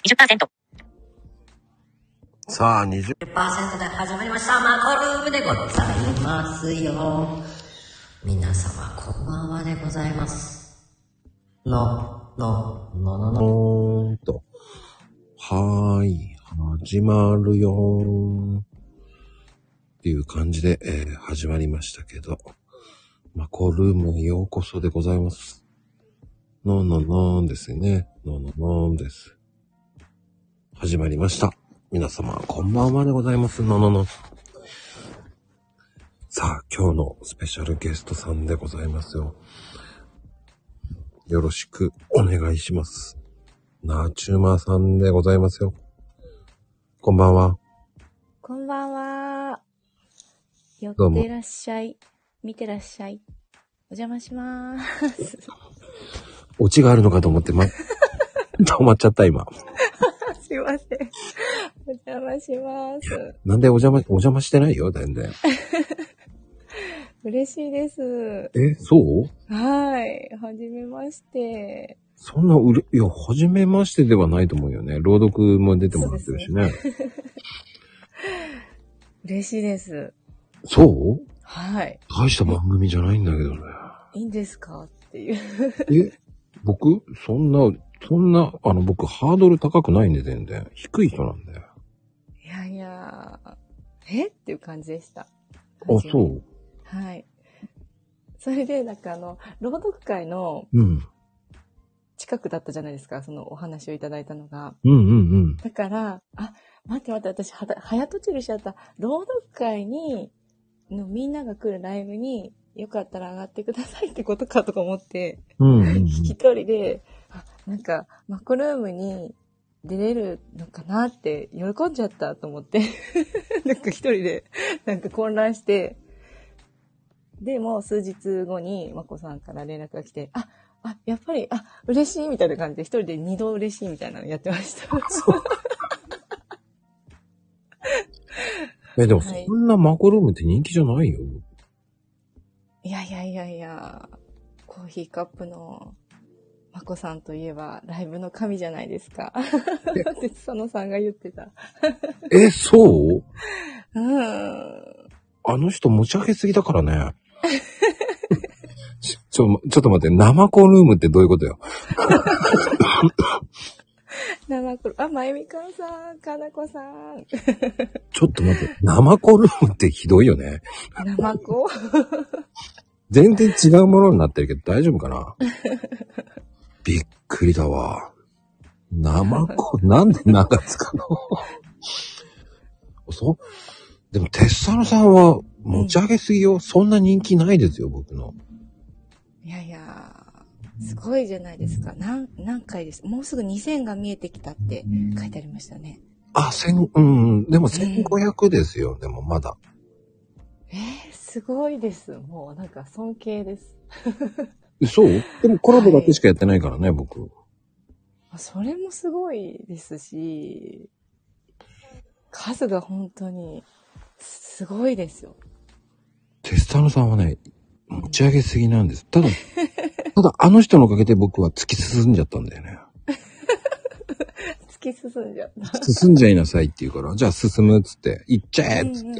20%。 さあ、20% で始まりました。マコルームでございますよ。皆様、こんばんはでございます。のと。はーい、始まるよーっていう感じで、始まりましたけど、マコルームへようこそでございます。のんですね。のんです。始まりました。皆様、こんばんはでございます。の。さあ、今日のスペシャルゲストさんでございますよ。よろしくお願いします。ナーチューマーさんでございますよ。こんばんは。 こんばんは。寄ってらっしゃい。見てらっしゃい。お邪魔しまーす。 オチがあるのかと思って止まっちゃった今。 すいません。お邪魔します。 なんでお邪魔してないよ、全然。 嬉しいです。 そうはい。はじめまして。 そんないや、はじめましてではないと思うよね。朗読も出てもらってるしね。 嬉しいです。 そうはい。 大した番組じゃないんだけどね。 いいんですかっていう。 僕そんな、僕ハードル高くないんで全然。低い人なんだよ。 いや、っていう感じでした。 あ、そう。 はい。それで、朗読会の近くだったじゃないですか、そのお話をいただいたのが。だから、待って、私、早とちりしちゃった。朗読会のみんなが来るライブによかったら上がってくださいってことかとか思って、一人で、マコルームに出れるのかなって喜んじゃったと思って、一人で混乱して、で、もう数日後にマコさんから連絡が来て、やっぱり、嬉しいみたいな感じで一人で2度嬉しいみたいなのやってました。 でもそんなマコルームって人気じゃないよ。 いや、コーヒーカップのマコさんといえばライブの神じゃないですか。って佐野さんが言ってた。 そうあの人持ち上げすぎだからね。ちょっと待って、生コルームってどういうことよ。 生コルーム、まゆみかんさん、かなこさん。 ちょっと待って、生コルームってひどいよね。 生コ全然違うものになってるけど大丈夫かな。びっくりだわ。生コ、なんで中つかのでも、テッサノさんは持ち上げすぎよ。そんな人気ないですよ、僕の。 いや、すごいじゃないですか。何回です。もうすぐ2000が見えてきたって書いてありましたね。 でも1500ですよ、でもまだ。 すごいです。もう尊敬です。 そうでもコラボだけしかやってないからね、僕。 それもすごいですし、数が本当にすごいですよ。 テスタノさんはね、持ち上げすぎなんです。ただあの人のおかげで僕は突き進んじゃったんだよね。 突き進んじゃった。 進んじゃいなさいって言うから、じゃあ進むっつって、行っちゃえっつって。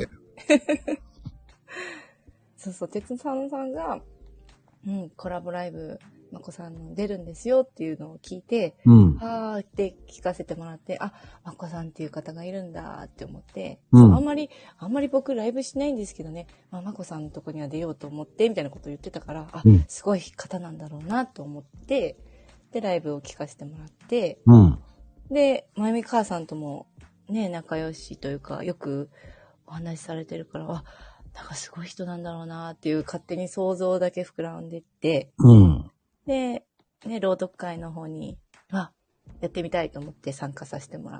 そう、鉄さんが、コラボライブ、まこさんの出るんですよっていうのを聞いて、って聞かせてもらって、まこさんっていう方がいるんだって思って、あんまり僕ライブしないんですけどね、まこさんのとこには出ようと思って、みたいなことを言ってたから、すごい方なんだろうなと思って、で、ライブを聞かせてもらって、で、まゆみ母さんともね、仲良しというか、よくお話しされてるから、すごい人なんだろうなっていう勝手に想像だけ膨らんでって、で、ね、朗読会の方に、やってみたいと思って参加させてもらって、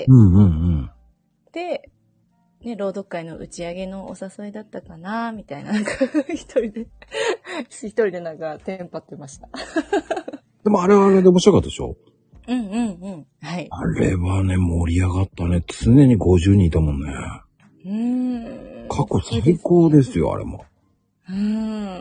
で、ね、朗読会の打ち上げのお誘いだったかなみたいな、一人でテンパってました。 でもあれはあれで面白かったでしょ？ はい。 あれはね、盛り上がったね。常に50人いたもんね。過去最高ですよ、あれも。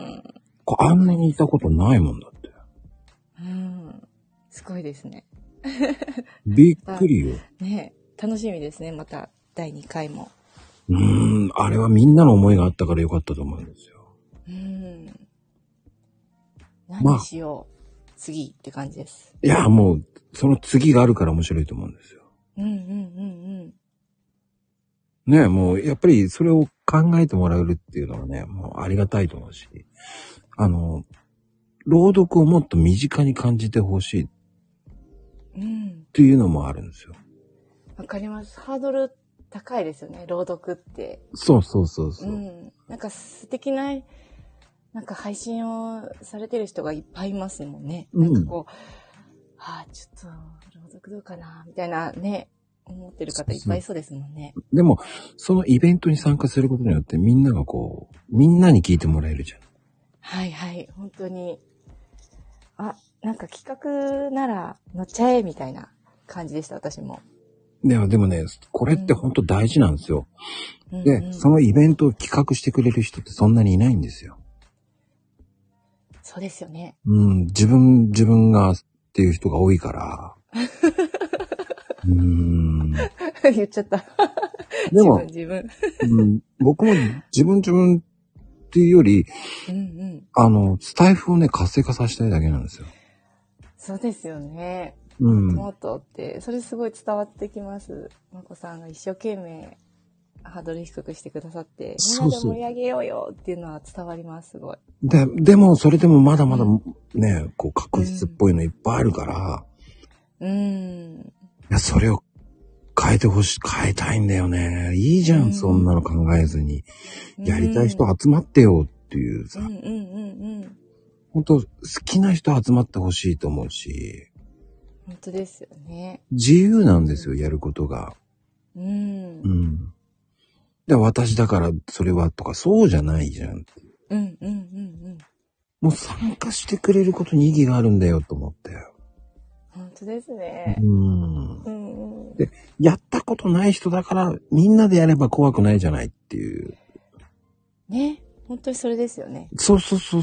あんなにいたことないもんだって。 すごいですね。 びっくりよ。 ね、楽しみですね、また第2回も。 あれはみんなの思いがあったからよかったと思うんですよ。 何しよう、次って感じです。 いや、もう、その次があるから面白いと思うんですよ。ね、もう、やっぱりそれを考えてもらえるっていうのはね、もうありがたいと思うし、朗読をもっと身近に感じてほしいっていうのもあるんですよ。 わかります。ハードル高いですよね、朗読って。 そう。 なんか素敵な、なんか配信をされてる人がいっぱいいますもんね。なんかこう、ちょっと朗読どうかな、みたいなね、思ってる方いっぱいいそうですもんね。 でも、そのイベントに参加することによってみんながこう、みんなに聞いてもらえるじゃん。 はいはい、本当に。なんか企画なら乗っちゃえ、みたいな感じでした、私も。 でもね、これって本当大事なんですよ。で、そのイベントを企画してくれる人ってそんなにいないんですよ。 そうですよね。 自分がっていう人が多いから。 言っちゃった。 でも、 自分。 僕も自分っていうより、スタイフをね、活性化させたいだけなんですよ。 そうですよね。もっとって、それすごい伝わってきます。まこさんが一生懸命ハードル低くしてくださって、みんなで盛り上げようよっていうのは伝わります、すごい。 でも、それでもまだまだね、こう、確実っぽいのいっぱいあるから、いや、それを変えたいんだよね。いいじゃん、そんなの考えずに。やりたい人集まってよっていうさ。本当好きな人集まってほしいと思うし。 本当ですよね。 自由なんですよ、やることが。で、私だからそれはとかそうじゃないじゃん。もう参加してくれることに意義があるんだよと思って。 本当ですね。 で、やったことない人だからみんなでやれば怖くないじゃないっていう。 ね、本当にそれですよね。 そう。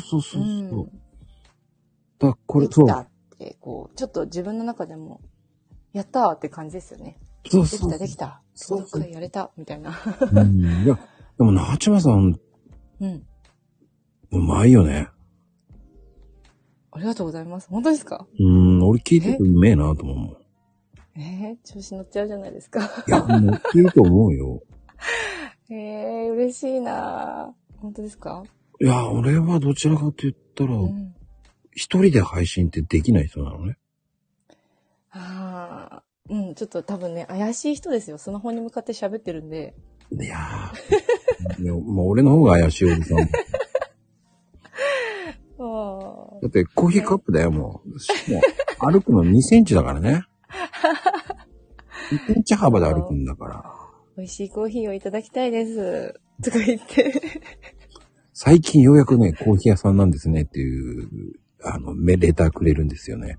だこれそう。 できたってこうちょっと自分の中でもやったーって感じですよね。できた。そうやれたみたいな。 いや、でもなちまさん、うまいよね。 ありがとうございます。本当ですか？ 俺聞いててうめえなと思うもん。 調子乗っちゃうじゃないですか。 いや、乗ってると思うよ。 嬉しいな。本当ですか？ いや、俺はどちらかと言ったら、一人で配信ってできない人なのね。 ちょっと多分ね、怪しい人ですよ。スマホに向かって喋ってるんで。 いやもう俺の方が怪しいおじさん。だってコーヒーカップだよ、もう歩くの2センチだからね。2センチ幅で歩くんだから。 美味しいコーヒーをいただきたいです。とか言って。 最近ようやくね、コーヒー屋さんなんですねっていう、レターくれるんですよね。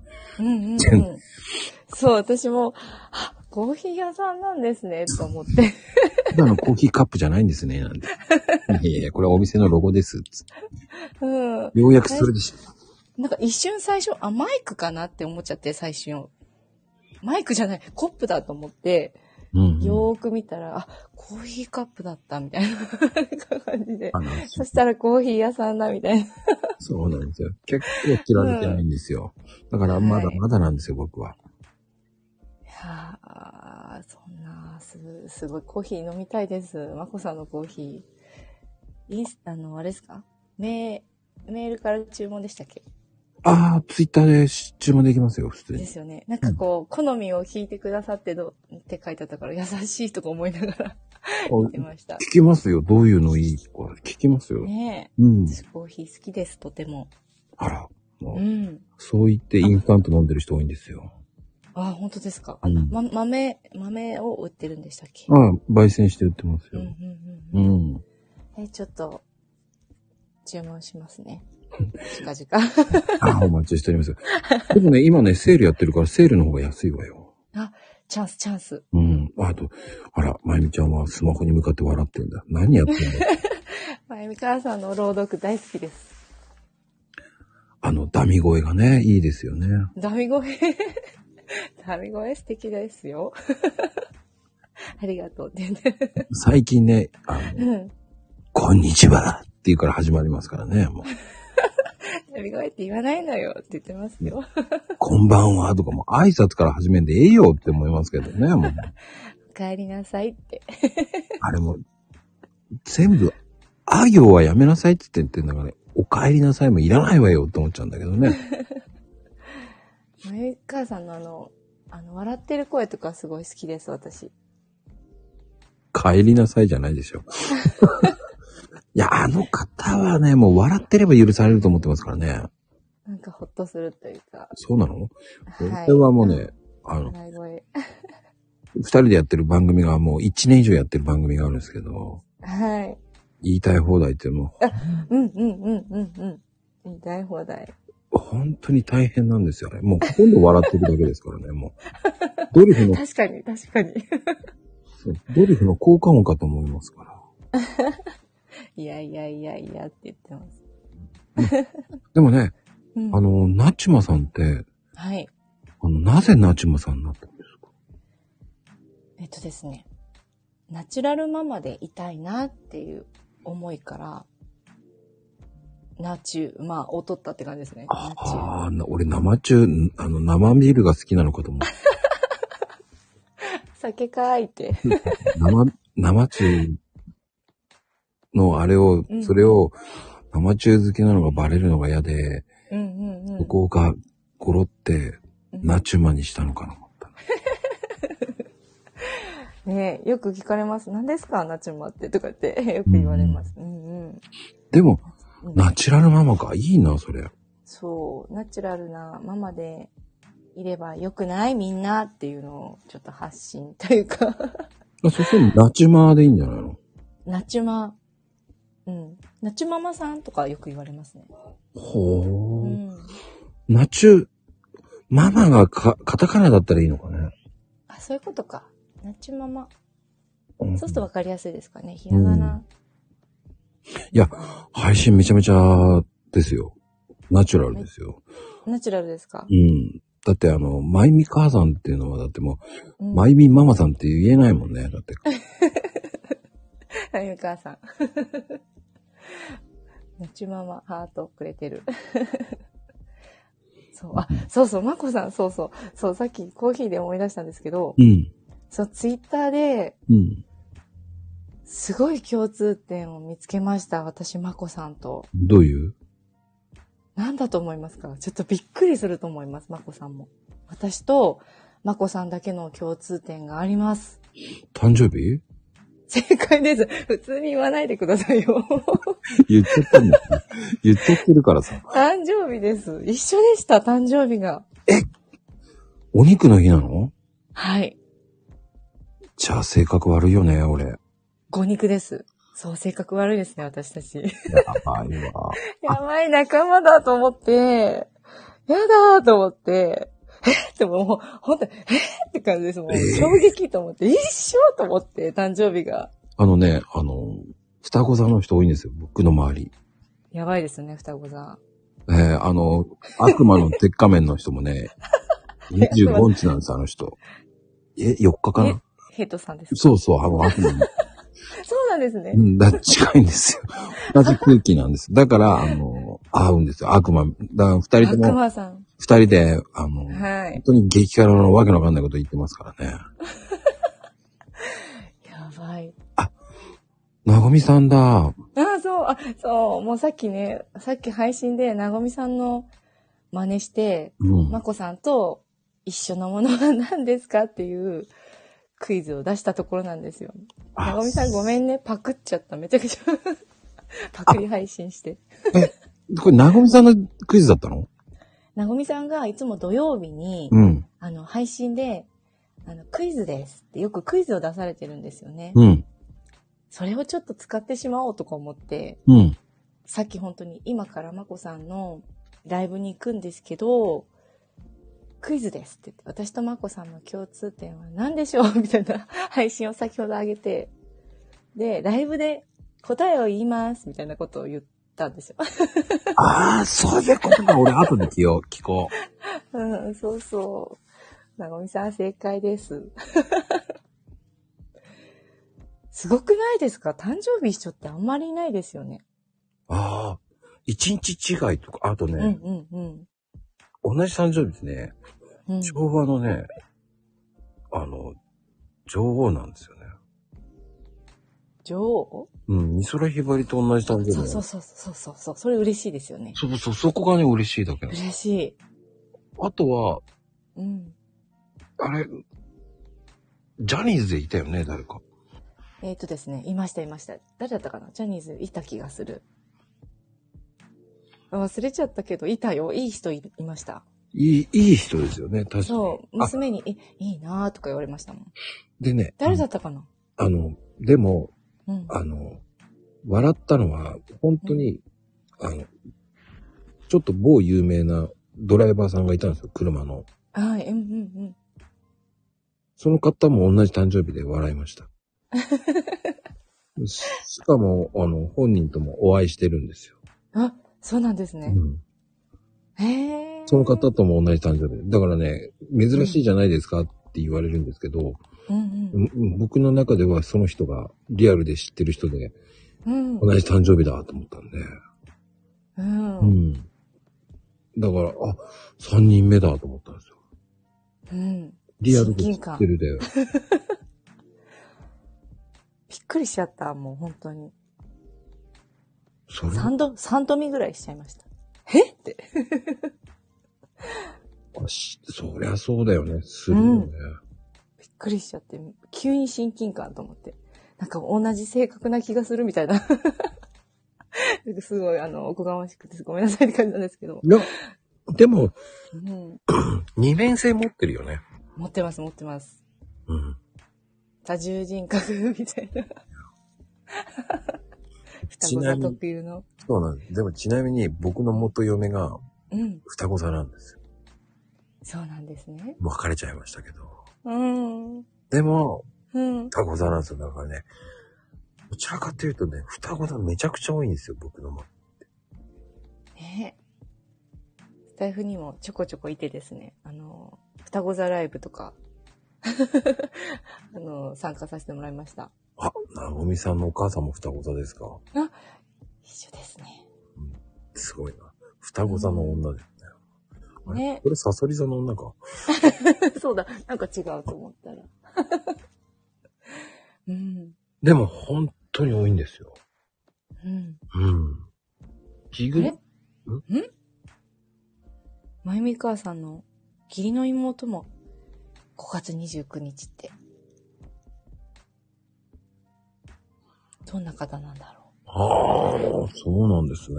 そう、 私も、コーヒー屋さんなんですね、と思って。 今のコーヒーカップじゃないんですね、なんて。いや、これはお店のロゴです。ようやくそれでなんか一瞬最初、マイクかなって思っちゃって、最初。マイクじゃない、コップだと思って、よーく見たら、コーヒーカップだった、みたいな感じで。そしたらコーヒー屋さんだ、みたいな。 そうなんですよ。結構知られてないんですよ。だからまだまだなんですよ、僕は。 いやー、そんな、すごいコーヒー飲みたいです。まこさんのコーヒー。あれですか？メールから注文でしたっけ？ ツイッターで注文できますよ、普通に。 ですよね。なんかこう、好みを聞いてくださってって書いてあったから優しいとか思いながら言ってました。 聞きますよ。どういうのいいとか聞きますよ。 ねえ。私コーヒー好きです、とても。 あら。そう言ってインスタント飲んでる人多いんですよ。 本当ですか？豆を売ってるんでしたっけ？ 焙煎して売ってますよ。 ちょっと、注文しますね。近々。 お待ちしております。でもね、今ね、セールやってるから、セールの方が安いわよ。 チャンス。 あら、まゆみちゃんはスマホに向かって笑ってんだ。何やってんだまゆみ母さんの朗読大好きです。 ダミ声がね、いいですよね。 ダミ声歌い声素敵ですよ。ありがとうって言って。 最近ね、こんにちはって言うから始まりますからね、もう。 歌い声って言わないのよって言ってますよ。 こんばんはとかも挨拶から始めんでええよって思いますけどね、もう。 お帰りなさいって。 あれも、全部、あ行はやめなさいって言ってんだから、お帰りなさいもいらないわよって思っちゃうんだけどね。 まゆかさんの笑ってる声とかすごい好きです、私。 帰りなさいじゃないでしょ。いや、あの方はね、もう笑ってれば許されると思ってますからね。 なんかほっとするというか。 そうなの？ はい。 俺はもうね、 笑い声。 二人でやってる番組がもう1年以上やってる番組があるんですけど。 はい。 言いたい放題ってもう。言いたい放題。 本当に大変なんですよね。もうほとんど笑ってるだけですからね、もう。ドリフの。 確かに。 ドリフの効果音かと思いますから。 いやって言ってます。 でもね、なちまさんって、 はい。 なぜなちまさんになったんですか？ ですね、ナチュラルママでいたいなっていう思いから、を取ったって感じですね。 俺生中、生ビールが好きなのかと思う。 酒かいて。 生中のあれを、それを生中好きなのがバレるのが嫌で、そこがゴロってナチュマにしたのかなと思った。 ねえ、よく聞かれます。何ですかナチュマってとかってよく言われます。 でも、ナチュラルママか。いいな、それ。 そう、ナチュラルなママでいればよくないみんなっていうのをちょっと発信というか。 そうするとナチュマでいいんじゃないの？ ナチュマ。ナチュママさんとかよく言われますね。 ほー。ナチュ、ママがカタカナだったらいいのかね。 あ、そういうことか。ナチュママ。そうするとわかりやすいですかね。ひらがな。 いや、配信めちゃめちゃですよ。ナチュラルですよ。 ナチュラルですか？ だってまゆみ母さんっていうのはだってもう、まゆみママさんって言えないもんね。だって。 まゆみ母さん。ナチュママハートくれてる。そう、まこさん、そう、さっきコーヒーで思い出したんですけど、そう、ツイッターで、すごい共通点を見つけました。私、まこさんと。 どういう？ なんだと思いますか？ちょっとびっくりすると思います、まこさんも。私とまこさんだけの共通点があります。 誕生日？ 正解です。普通に言わないでくださいよ。 言っちゃったんだ。言っちゃってるからさ。 誕生日です。一緒でした、誕生日が。 お肉の日なの？ はい。 じゃあ性格悪いよね、俺。 5肉です。そう、性格悪いですね、私たち。 やばいわ。 やばい仲間だと思って、やだーと思って、でももう、ほんと、って感じです。もう、衝撃と思って、一緒と思って、誕生日が。 双子座の人多いんですよ、僕の周り。 やばいですね、双子座。 悪魔の鉄仮面の人もね、25日なんです、あの人。4日かな？ ヘイトさんですか？ そうそう、悪魔の。 そうなんですね。 近いんですよ。同じ空気なんです。だから、合うんですよ。悪魔。だから二人とも。 悪魔さん。 二人で、 はい。 本当に激辛のわけのわかんないこと言ってますからね。 やばい。 なごみさんだ。 そう。もうさっき配信でなごみさんの真似して、まこさんと一緒のものは何ですかっていうクイズを出したところなんですよ。なごみさんごめんね、パクっちゃった。めちゃくちゃパクリ配信して。 これなごみさんのクイズだったの？ なごみさんがいつも土曜日に、配信で、クイズですってよくクイズを出されてるんですよね。それをちょっと使ってしまおうとか思って、さっき本当に今からまこさんのライブに行くんですけど、クイズですって言って、私とまこさんの共通点は何でしょうみたいな配信を先ほど上げて、で、ライブで答えを言いますみたいなことを言ったんですよ。そういうことか。俺後で聞こう。 そう。 なごみさん正解です。すごくないですか？誕生日一緒ってあんまりいないですよね。 ああ、一日違いとか、あとね、同じ誕生日ですね。昭和のね、女王なんですよね。 女王？ 美空ひばりと同じ誕生日。 そう。それ嬉しいですよね。 そう、そこがね、嬉しいだけ。 嬉しい。 あとは、あれ、ジャニーズでいたよね、誰か。 ですね、いました。誰だったかな？ジャニーズいた気がする。忘れちゃったけど、いたよ。いい人いました。 いい人ですよね、確かに。 そう、娘に、いいなーとか言われましたもん。 でね。 誰だったかな？ でも、笑ったのは、本当に、ちょっと某有名なドライバーさんがいたんですよ、車の。 はい、 その方も同じ誕生日で笑いました。しかも、本人ともお会いしてるんですよ。 あ、そうなんですね。へー。 その方とも同じ誕生日。だからね、珍しいじゃないですかって言われるんですけど、僕の中ではその人がリアルで知ってる人で、同じ誕生日だと思ったんで、だから、3人目だと思ったんですよ。リアルで知ってるで。 びっくりしちゃった、もう本当に。3度見ぐらいしちゃいました。えって。 そりゃそうだよね。するよね。 びっくりしちゃって、急に親近感と思って。なんか同じ性格な気がするみたいな。すごい、おこがましくてごめんなさいって感じなんですけど。 いや、でも、二面性持ってるよね。 持ってます。多重人格みたいな。双子座特有の。 そうなんです。でもちなみに僕の元嫁が、双子座なんですよ。 そうなんですね。 別れちゃいましたけど。でも、双子座なんですよ。だからね、どちらかというとね、双子座めちゃくちゃ多いんですよ、僕の周り。 ねえ。スタイフにもちょこちょこいてですね、双子座ライブとか、参加させてもらいました。 なごみさんのお母さんも双子座ですか？ 一緒ですね。 すごいな。双子座の女ですね。 ね。 これサソリ座の女か。 そうだ、なんか違うと思ったら。 でも本当に多いんですよ。 まゆみかわさんの義理の妹も5月29日って。どんな方なんだろう。そうなんですね。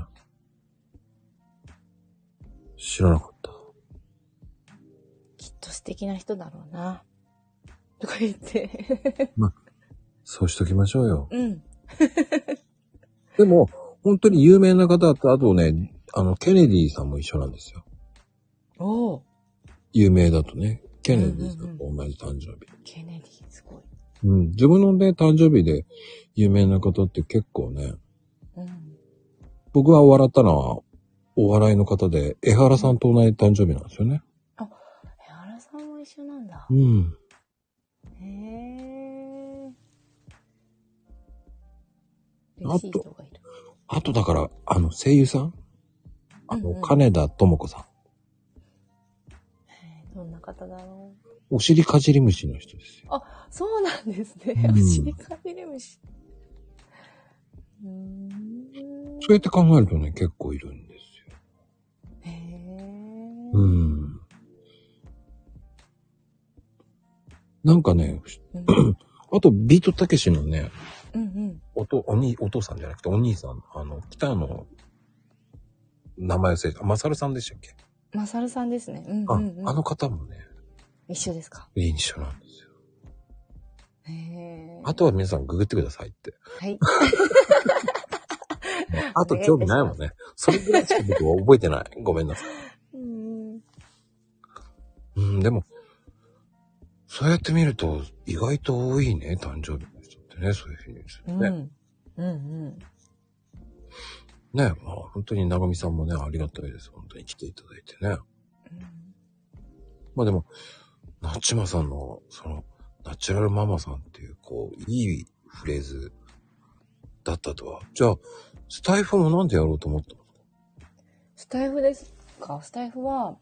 知らなかった。 きっと素敵な人だろうな。とか言って。 そうしときましょうよ。でも、本当に有名な方と、あとね、ケネディさんも一緒なんですよ。有名だとね、ケネディさんと同じ誕生日。 ケネディ、すごい。 自分のね、誕生日で有名な方って結構ね、僕は笑ったのは、お笑いの方で、江原さんと同じ誕生日なんですよね。 江原さんも一緒なんだ。へえ。嬉しい人がいる。 あとだから、声優さん金田智子さん。 どんな方だろう。 お尻かじり虫の人ですよ。 そうなんですね。お尻かじり虫。 そうやって考えるとね、結構いるんですよ。なんかね、あとビートたけしのね、お父さんじゃなくてお兄さん、北の名前忘れた。マサルさんでしたっけ？ マサルさんですね。 あの方もね。 一緒ですか？ 一緒なんですよ。あとは皆さんググってくださいって。 はい。 あと興味ないもんね。それぐらいしか僕は覚えてない。ごめんなさい。でも、そうやって見ると意外と多いね、誕生日の人ってね、そういうふうに言うね。ね、本当になごみさんもね、ありがたいです。本当に来ていただいてね。でも、 なちまさんの、ナチュラルママさんっていう、いいフレーズだったとは。じゃあ、スタイフもなんでやろうと思ったの？ スタイフですか？スタイフは、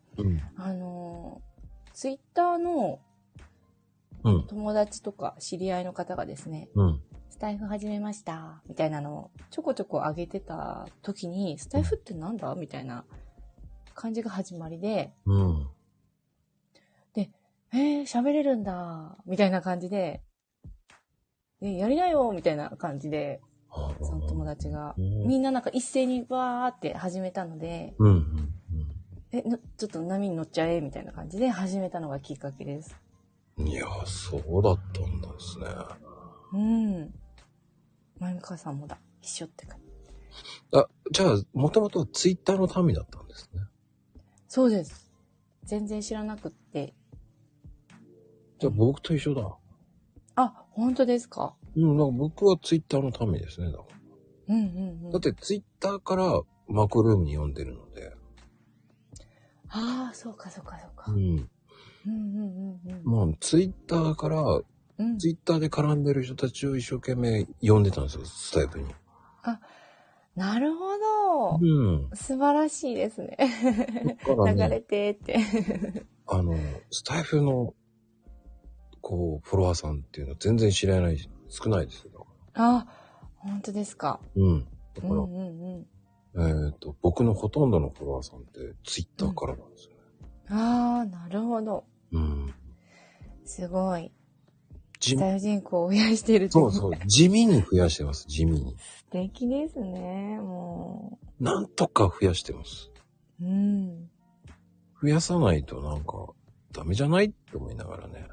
ツイッターの友達とか知り合いの方がですね、スタイフ始めましたみたいなのをちょこちょこ上げてた時に、スタイフってなんだみたいな感じが始まりで、で、喋れるんだみたいな感じで、やりなよみたいな感じで、その友達が、みんななんか一斉にわーって始めたので、ちょっと波に乗っちゃえみたいな感じで始めたのがきっかけです。 いや、そうだったんですね。 まゆかさんもだ。一緒って感じ。 じゃあ、もともとツイッターの民だったんですね。 そうです。全然知らなくって。 じゃあ、僕と一緒だ。 あ、本当ですか？ なんか僕はツイッターの民ですね。だから。だってツイッターからマコルームに読んでるので。 ああ、そうかそうかそうか。 もうツイッターから、ツイッターで絡んでる人たちを一生懸命読んでたんですよ、スタイフに。 あ、なるほど。素晴らしいですね。流れてって。 スタイフの、フォロワーさんっていうのは全然知らない、少ないですよ。 あ、本当ですか。 だから、僕のほとんどのフォロワーさんってツイッターからなんですよね。 ああ、なるほど。すごい。スタイフ人口を増やしている。 そうそう。地味に増やしてます、地味に。 素敵ですね、もう。なんとか増やしてます。増やさないとなんか、ダメじゃないって思いながらね。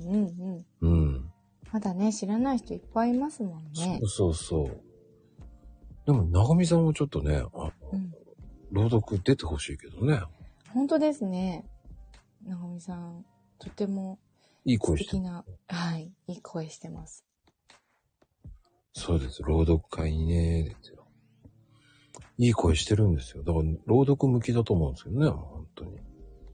まだね、知らない人いっぱいいますもんね。 そうそう。でも、なごみさんもちょっとね、朗読出てほしいけどね。 本当ですね。なごみさん、とてもいい声して素敵な、はい、いい声してます。 そうです。朗読会にね、ですよ。いい声してるんですよ。だから、朗読向きだと思うんですけどね、本当に。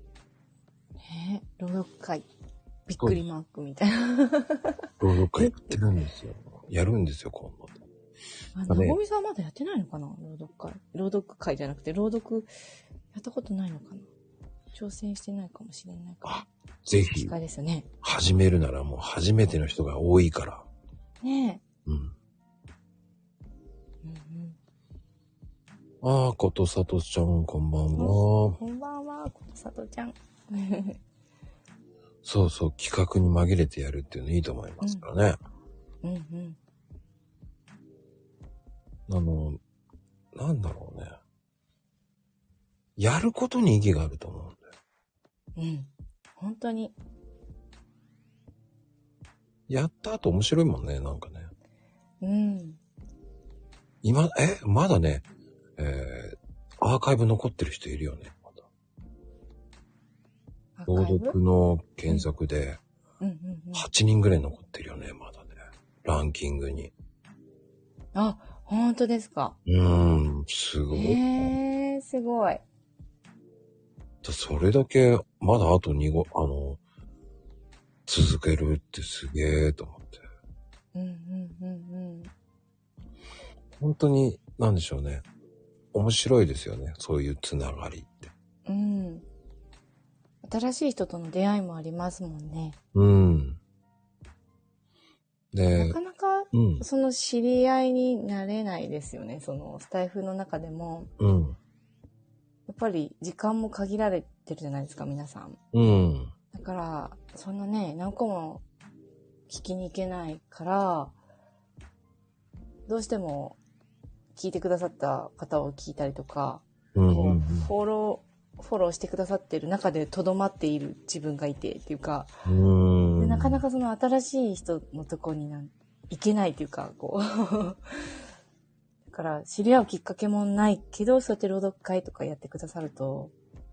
朗読会。びっくりマークみたいな。 朗読会やってるんですよ。やるんですよ、今度。 なごみさんまだやってないのかな、朗読会。朗読会じゃなくて、朗読やったことないのかな。挑戦してないかもしれないから。 ぜひ。 ですよね。 始めるならもう初めての人が多いから。 ねえ。 ことさとちゃん、こんばんは。 こんばんは、ことさとちゃん。 そうそう、企画に紛れてやるっていうのいいと思いますからね。なんだろうね。やることに意義があると思うんだよ。 本当に。 やった後面白いもんね、なんかね。まだね、アーカイブ残ってる人いるよね。まだ朗読の検索で、8人ぐらい残ってるよね、まだね。ランキングに。 あ、本当ですか。 すごい。 すごい。 それだけ、まだあと続けるってすげえと思って。本当に、なんでしょうね。面白いですよね。そういうつながりって。 新しい人との出会いもありますもんね。 で、 なかなか、その知り合いになれないですよね。そのスタイフの中でも。やっぱり時間も限られてるじゃないですか、皆さん。だから、そんなね、何個も聞きに行けないから、どうしても聞いてくださった方を聞いたりとか、フォローしてくださってる中で留まっている自分がいてっていうか、でなかなかその新しい人のとこに行けないっていうか、だから知り合うきっかけもないけど、そうやって朗読会とかやってくださると、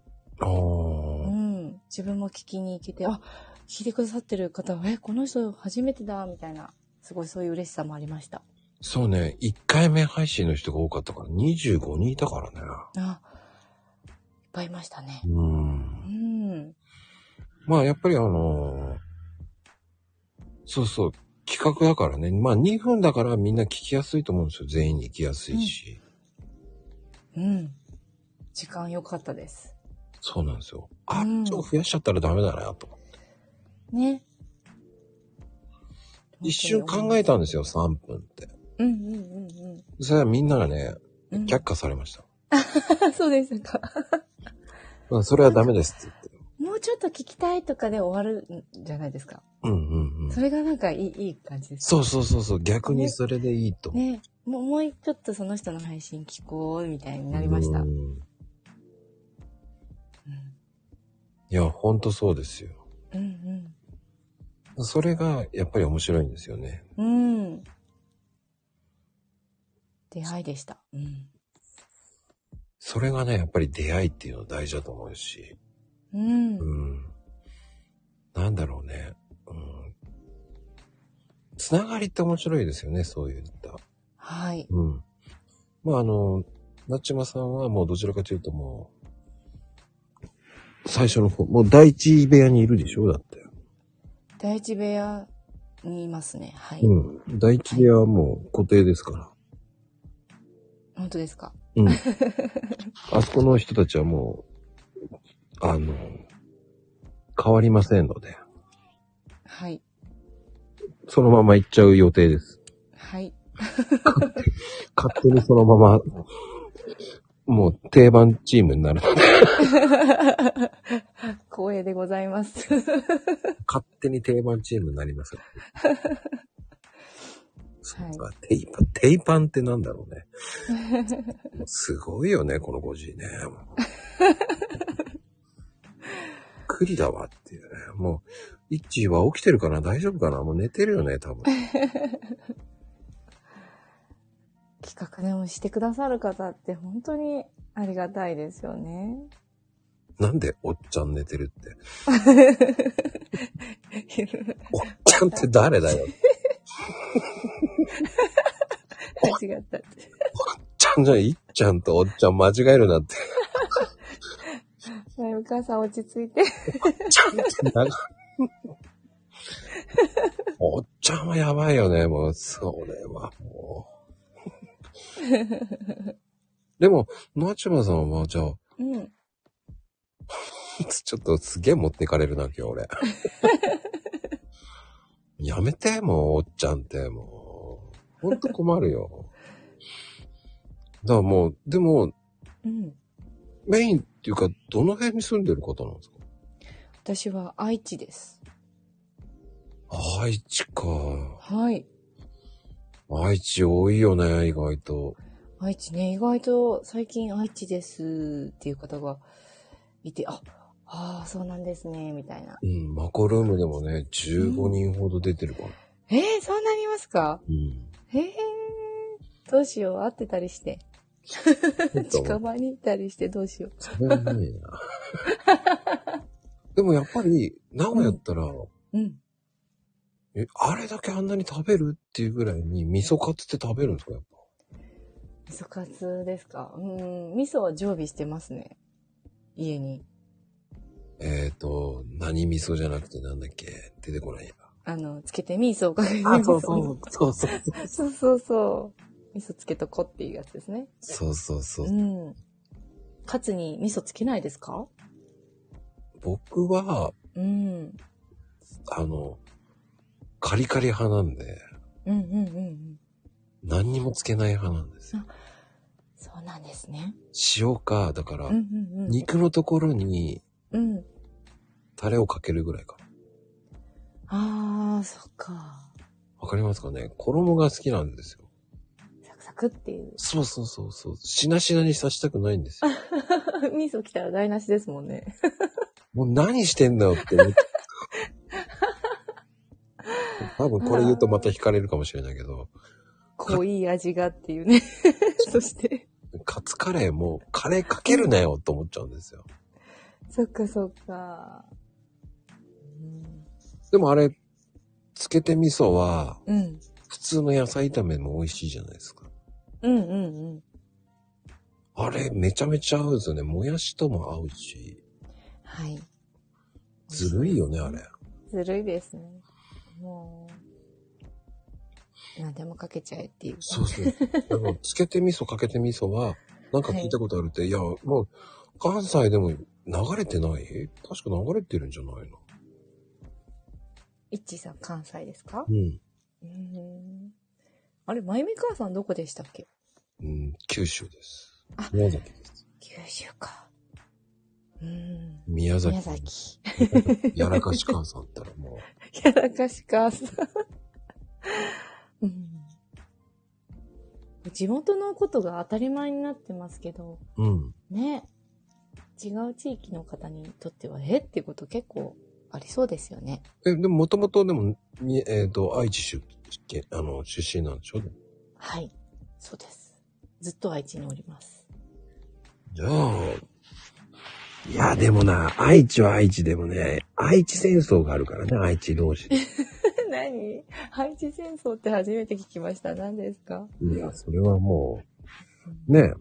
自分も聞きに行けて、聞いてくださってる方は、この人初めてだ、みたいな、すごいそういう嬉しさもありました。 そうね、1回目配信の人が多かったから、25人いたからね。 いっぱいいましたね。 まあやっぱりそうそう、企画だからね。まあ2分だからみんな聞きやすいと思うんですよ。全員に行きやすいし。 うん。時間良かったです。 そうなんですよ。あ、ちょっと増やしちゃったらダメだなと。 ね。 一瞬考えたんですよ、3分って。 うんうんうんうん。 それはみんながね、却下されました。 そうですか。 それはダメですって言って。 もうちょっと聞きたいとかで終わるんじゃないですか。 うんうんうん。 それがなんかいい感じです。 そうそうそうそう。逆にそれでいいと。 ね。もうちょっとその人の配信聞こうみたいになりました。 いや、ほんとそうですよ。 うんうん。 それがやっぱり面白いんですよね。 うん。出会いでした。うん。 それがね、やっぱり出会いっていうのは大事だと思うし。 うん。 うん。なんだろうね。うん。つながりって面白いですよね、そういった。 はい。 うん。まあなっちまさんはもうどちらかというともう、最初の方、もう第一部屋にいるでしょだって。 第一部屋にいますね。はい。 うん。第一部屋はもう固定ですから。はい、 本当ですか？ うん。あそこの人たちはもう、変わりませんので。 はい。 そのまま行っちゃう予定です。 はい。 勝手にそのまま、もう定番チームになるので。 光栄でございます。 勝手に定番チームになります。はい、テイパンってなんだろうね。すごいよね、この5時ね。クリだわっていうね。もう、イッチーは起きてるかな？大丈夫かな？もう寝てるよね、多分。 企画でもしてくださる方って本当にありがたいですよね。 なんでおっちゃん寝てるって。おっちゃんって誰だよ。 間違ったって。 おっちゃんじゃん、いっちゃんとおっちゃん間違えるなって。 お母さん落ち着いて。 おっちゃんって長い。おっちゃんはやばいよね、もう、それはもう。でも、なちまさんは、じゃあ、 うん。 ちょっとすげえ持っていかれるな、今日俺。やめて、もう、おっちゃんって、もう。ほんと困るよ。だからもう、でも、 うん、 メインっていうか、どの辺に住んでる方なんですか？ 私は愛知です。 愛知か。 はい。 愛知多いよね、意外と。 愛知ね、意外と最近愛知ですっていう方がいて、ああ、そうなんですね、みたいな。 うん、マコルームでもね、15人ほど出てるから。 そんなにいますか？ うん。 どうしよう、会ってたりして。近場にいたりしてどうしよう。 それはないな。でもやっぱり、名古屋やったら、 うん。 あれだけあんなに食べるっていうぐらいに味噌カツって食べるんですか、やっぱ。 味噌カツですか？味噌は常備してますね。家に。 何味噌じゃなくてなんだっけ？出てこないや。 つけて味噌をかけて。 あ、そうそうそう。 そうそうそう。味噌つけとこっていうやつですね。 そうそうそう。 うん。カツに味噌つけないですか？ 僕は、 うん。 カリカリ派なんで、何にもつけない派なんですよ。 そうなんですね。 塩か、だから、肉のところに、タレをかけるぐらいかな。ああ、そっか。 わかりますかね？衣が好きなんですよ。 サクサクっていう。 そうそうそうそう。しなしなにさしたくないんですよ。 味噌来たら台無しですもんね。 もう何してんだよって思って。多分これ言うとまた惹かれるかもしれないけど。 濃い味がっていうね。そして。 カツカレーもカレーかけるなよと思っちゃうんですよ。 そっかそっか。 でもあれ、つけて味噌は、普通の野菜炒めも美味しいじゃないですか。あれ、めちゃめちゃ合うですよね。もやしとも合うし。 はい。 ずるいよね、あれ。 ずるいですね。もう、何でもかけちゃえっていう。 そうそう。つけて味噌かけて味噌は、なんか聞いたことあるって、いや、もう、関西でも流れてない？確か流れてるんじゃないの？ いっちーさん関西ですか？ うん。 あれ、まゆみ母さんどこでしたっけ？ 九州です。宮崎です。 九州か。 宮崎。 宮崎。 やらかし母さんったらもう。 やらかし母さん。地元のことが当たり前になってますけど、ね、違う地域の方にとってはっていうこと結構ありそうですよね。 でももともとでも、愛知出身なんでしょ？ はい、そうです。ずっと愛知におります。 じゃあ、いやでもな、愛知は愛知でもね、愛知戦争があるからね、愛知同士で。 何？愛知戦争って初めて聞きました。何ですか？ いや、それはもう、ね、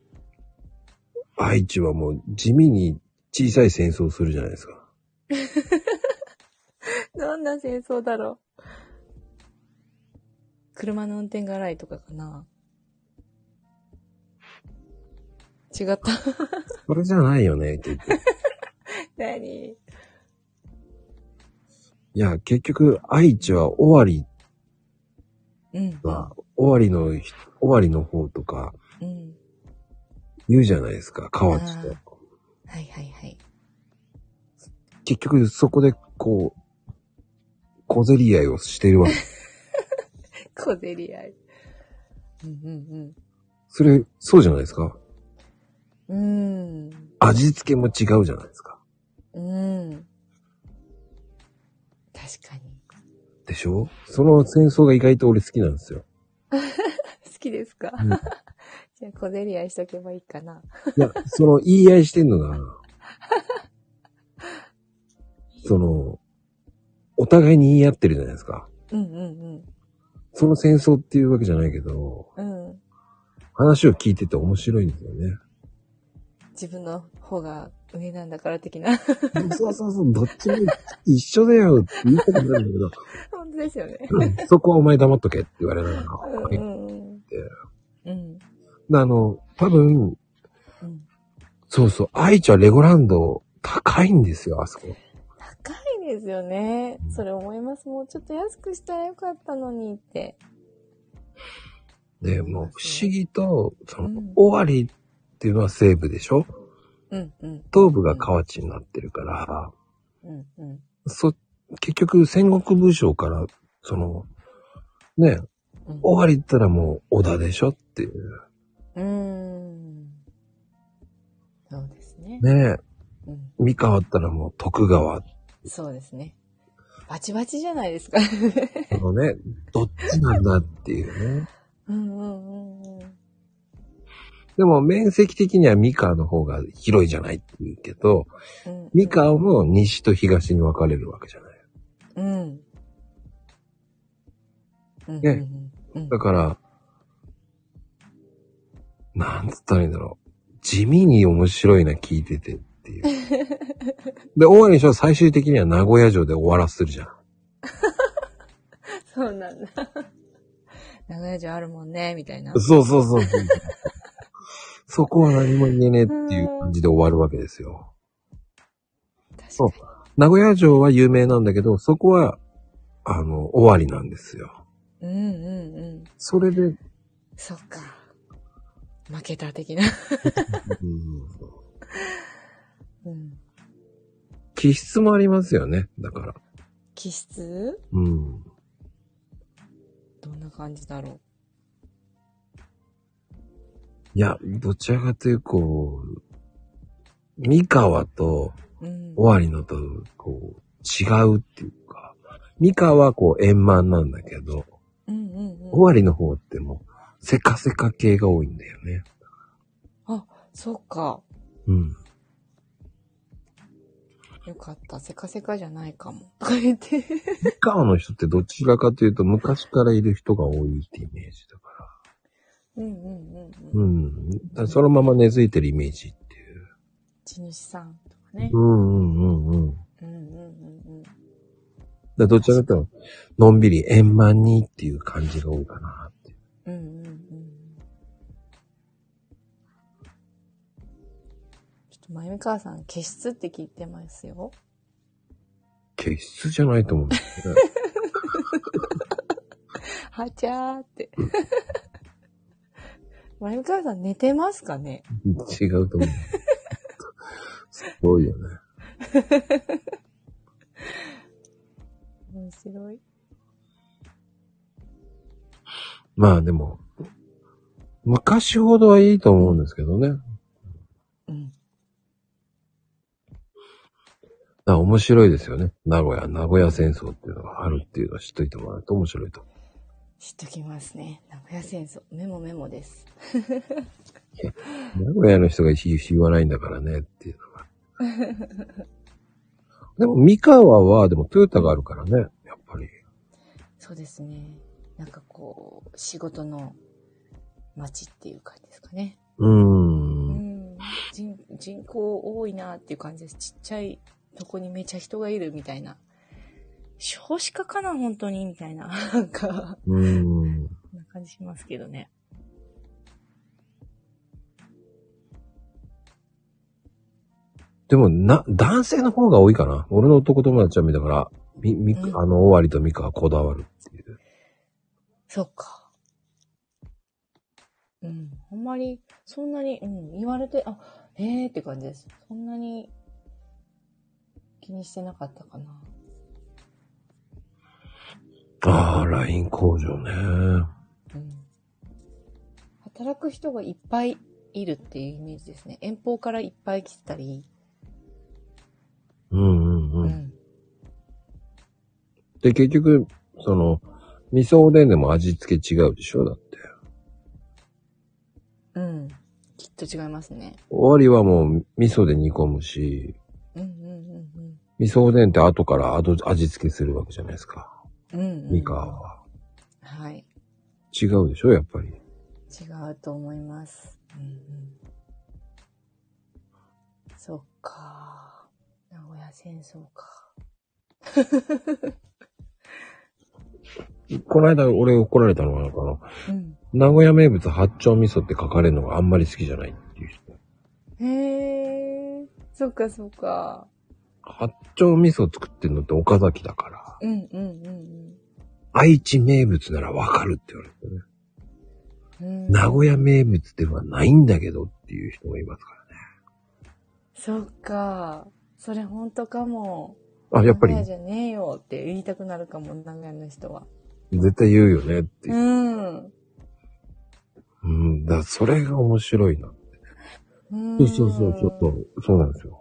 愛知はもう地味に小さい戦争するじゃないですか。 どんな戦争だろう。車の運転が荒いとかかな。違った。 それじゃないよねって言って。 何？ いや、結局、愛知は尾張は、尾張の方とか、言うじゃないですか、河内と。 はいはいはい。 結局、そこで、こう、小競り合いをしてるわけ。 小競り合い。 それ、そうじゃないですか。味付けも違うじゃないですか。 確かに。 でしょ？その戦争が意外と俺好きなんですよ。 好きですか？じゃあ小競り合いしとけばいいかな。 いや、その言い合いしてんのが、お互いに言い合ってるじゃないですか。その戦争っていうわけじゃないけど、話を聞いてて面白いんですよね。 自分の方が上なんだから的な。 そう、どっちも一緒だよって言いたくなるんだけど。 本当ですよね。 そこはお前黙っとけって言われながら。多分、そう、愛知はレゴランド高いんですよ、あそこ。 高いですよね。それ思います。もうちょっと安くしたらよかったのにって。 で、もう不思議と、尾張っていうのは西部でしょ？東部が河内になってるから、結局戦国武将から、ね、尾張ったらもう織田でしょっていう。 そうですね。 ねえ。三河ったらもう徳川。 そうですね。バチバチじゃないですか。 ね、どっちなんだっていうね。でも面積的には三河の方が広いじゃないって言うけど、三河も西と東に分かれるわけじゃない。ね。だから、なんつったらいいんだろう。地味に面白いな、聞いててっていう。で、終わりにしょ、最終的には名古屋城で終わらせるじゃん。 そうなんだ。名古屋城あるもんね、みたいな。 そう。そこは何も言えねえっていう感じで終わるわけですよ。そう。名古屋城は有名なんだけど、そこは、終わりなんですよ。それで。 そっか。負けた的な。 気質もありますよね、だから。 気質？どんな感じだろう。 いや、どちらかという三河と尾張のと違うっていうか、三河は円満なんだけど、尾張の方ってもうせかせか系が多いんだよね。 あ、そっか。よかった。せかせかじゃないかも。とか言って。 三河の人ってどちらかというと昔からいる人が多いってイメージだから。そのまま根付いてるイメージっていう。 地主さんとかね。 だどちらかというと、のんびり円満にっていう感じが多いかなって。 ちょっとまゆみ母さん、気質って聞いてますよ。 気質じゃないと思うんですよね。 はちゃーって。まゆみ母さん寝てますかね？ 違うと思う。すごいよね。 面白い。 まあでも、昔ほどはいいと思うんですけどね。面白いですよね。名古屋戦争っていうのがあるっていうのを知っといてもらうと面白いと思う。 知っときますね。名古屋戦争。メモです。 名古屋の人が言わないんだからねっていうのが。でも三河はでもトヨタがあるからね、やっぱり。 そうですね。なんかこう、仕事の街っていう感じですかね。人口多いなっていう感じです。ちっちゃいとこにめちゃ人がいるみたいな。少子化かな本当にみたいな。なんか、そんな感じしますけどね。 でも男性の方が多いかな。俺の男友達は見たから、尾張と三河こだわるっていう。 そっか。あんまり、そんなに、言われて、って感じです。そんなに気にしてなかったかな。 ライン工場ね。 働く人がいっぱいいるっていうイメージですね。遠方からいっぱい来てたり。 で、結局、味噌おでんでも味付け違うでしょだって。 きっと違いますね。 終わりはもう味噌で煮込むし、味噌おでんって後から味付けするわけじゃないですか。三河は。 はい。 違うでしょやっぱり。 違うと思います。そっか。名古屋戦争か。 この間俺怒られたのは名古屋名物八丁味噌って書かれるのがあんまり好きじゃないっていう人。 へー。そっかそっか。 八丁味噌作ってんのって岡崎だから。愛知名物ならわかるって言われてね。名古屋名物ではないんだけどっていう人がいますからね。 そっか。それほんとかも。 やっぱり。 名古屋じゃねえよって言いたくなるかも、名古屋の人は。 絶対言うよねっていう。だからそれが面白いなって。そうなんですよ。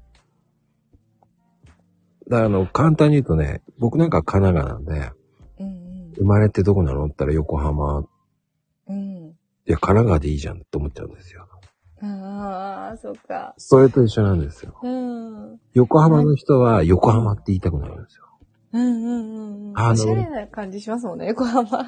だから簡単に言うとね、僕なんか神奈川なんで、生まれてどこなのって言ったら横浜。いや、神奈川でいいじゃんって思っちゃうんですよ。 そっか。 それと一緒なんですよ。横浜の人は横浜って言いたくなるんですよ。 おしゃれな感じしますもんね、横浜。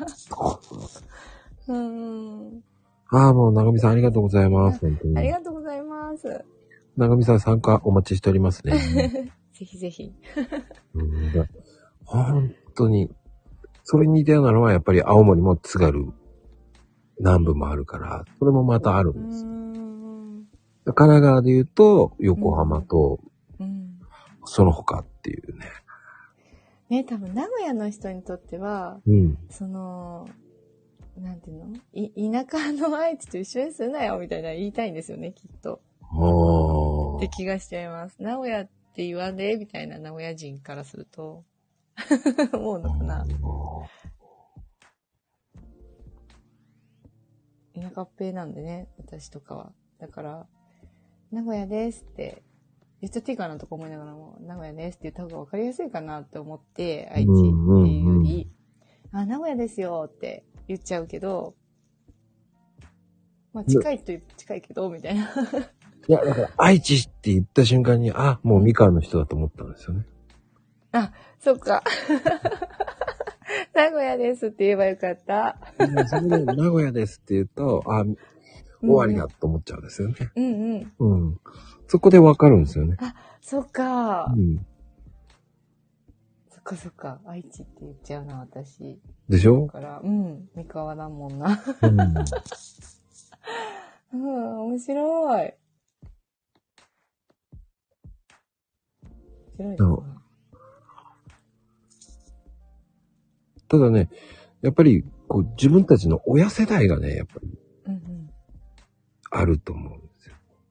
もう、長見さんありがとうございます。本当に。 ありがとうございます。 長見さん参加お待ちしておりますね。 ぜひぜひ。 本当に、それに似たようなのはやっぱり青森も津軽南部もあるから、それもまたあるんです。神奈川で言うと横浜と、その他っていうね。 ね、多分名古屋の人にとっては、なんていうの？田舎の愛知と一緒にするなよみたいな言いたいんですよね、きっと。って気がしちゃいます。名古屋って言わねえみたいな名古屋人からすると思うのかな。田舎っぺなんでね、私とかは。だから、名古屋ですって言っちゃっていいかなとか思いながらも、名古屋ですって言った方が分かりやすいかなって思って、愛知っていうより、名古屋ですよって言っちゃうけど、まあ近いと近いけど、みたいな。 いや、だから愛知って言った瞬間に、もう三河の人だと思ったんですよね。 そっか。名古屋ですって言えばよかった。 それで名古屋ですって言うと、終わりだと思っちゃうんですよね。そこでわかるんですよね。 そっか。 かそっか。愛知って言っちゃうな、私。 でしょ？ だから、三河だもんな。面白い。面白いな。 ただね、やっぱり、こう、自分たちの親世代がね、やっぱり、あると思うんですよ。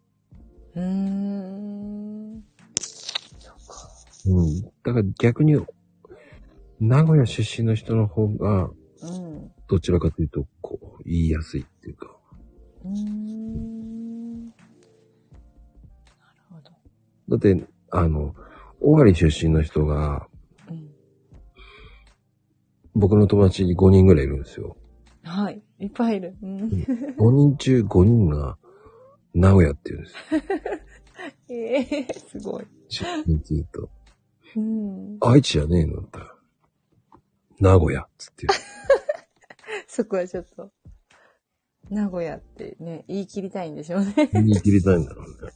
そっか。 だから逆に、名古屋出身の人の方が、どちらかというと、こう、言いやすいっていうか。 なるほど。 だって、尾張出身の人が、僕の友達に5人ぐらいいるんですよ。 はい。いっぱいいる。 5人中5人が名古屋って言うんですよ。すごい。 出身って言うと。愛知じゃねえのだったら。名古屋っつって言う。 そこはちょっと、名古屋ってね、言い切りたいんでしょうね。 言い切りたいんだろうね。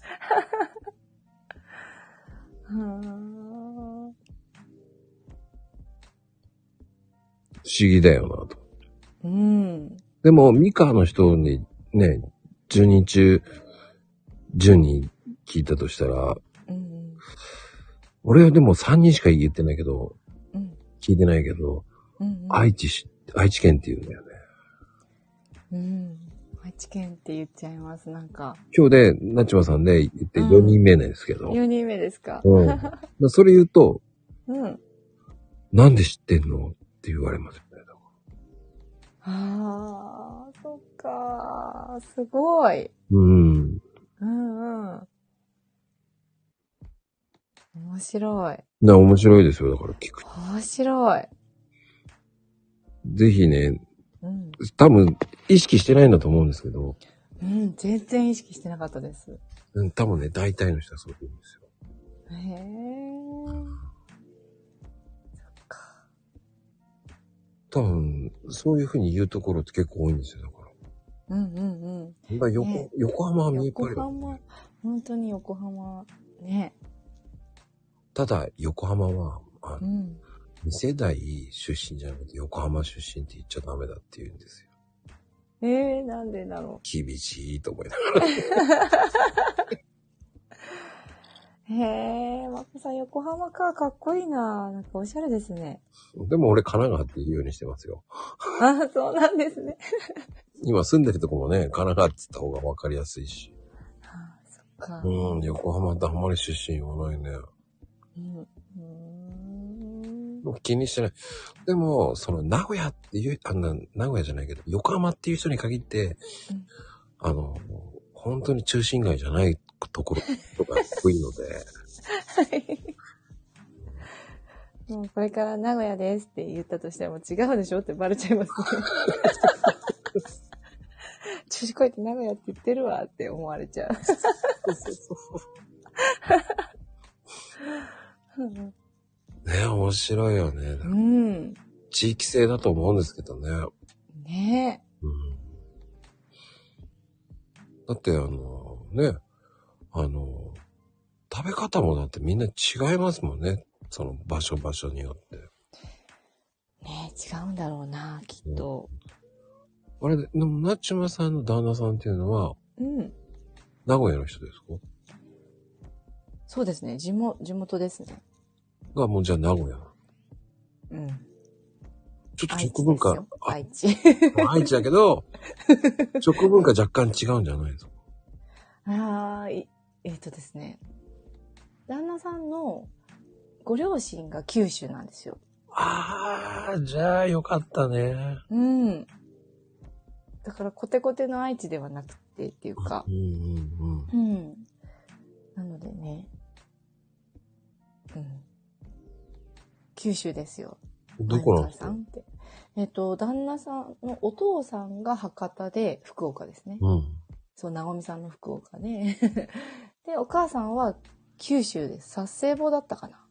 不思議だよなと。でも、三河の人にね、10人中10人聞いたとしたら、俺はでも3人しか言ってないけど、聞いてないけど、愛知県って言うんだよね。愛知県って言っちゃいます、なんか。 今日で、なっちまさんで言って4人目なんですけど。 4人目ですか。 それ言うと、なんで知ってんのって言われますよね。 そっかー。すごい。面白い。 面白いですよ。だから聞く。 面白い。 ぜひね、多分意識してないんだと思うんですけど。 全然意識してなかったです。 多分ね、大体の人はそう言うんですよ。 そっか。 多分、そういう風に言うところって結構多いんですよ。だから。横浜は見えっ張りだもんね。 本当に横浜、ね。 ただ、横浜は、2世代出身じゃなくて横浜出身って言っちゃダメだって言うんですよ。 なんでだろう。厳しいと思いながら。マコさん横浜かっこいいな。なんかおしゃれですね。 でも俺神奈川って言うようにしてますよ。 そうなんですね。 今住んでるとこもね、神奈川って言った方がわかりやすいし。 そっか。 横浜ってあんまり出身言わないね。気にしてない。でも、その名古屋っていう、名古屋じゃないけど、横浜っていう人に限って、本当に中心街じゃないところとか多いので。 もうこれから名古屋ですって言ったとしても違うでしょってバレちゃいますね。調子こいて名古屋って言ってるわって思われちゃう。 ね、面白いよね。地域性だと思うんですけどね。 ねえ。 だって食べ方もだってみんな違いますもんね。その場所によって。 ねえ、違うんだろうな、きっと。 あれ、でも、なっちまさんの旦那さんっていうのは、名古屋の人ですか？ そうですね、地元ですね。 が、もうじゃあ名古屋。ちょっと食文化。 愛知。 愛知だけど、食文化若干違うんじゃないですか？ ですね。旦那さんのご両親が九州なんですよ。 じゃあよかったね。 だからコテコテの愛知ではなくてっていうか。なのでね。九州ですよ。 どこなんですか？ 旦那さんのお父さんが博多で福岡ですね。そう、なごみさんの福岡で。で、お母さんは九州です。殺生坊だったかな。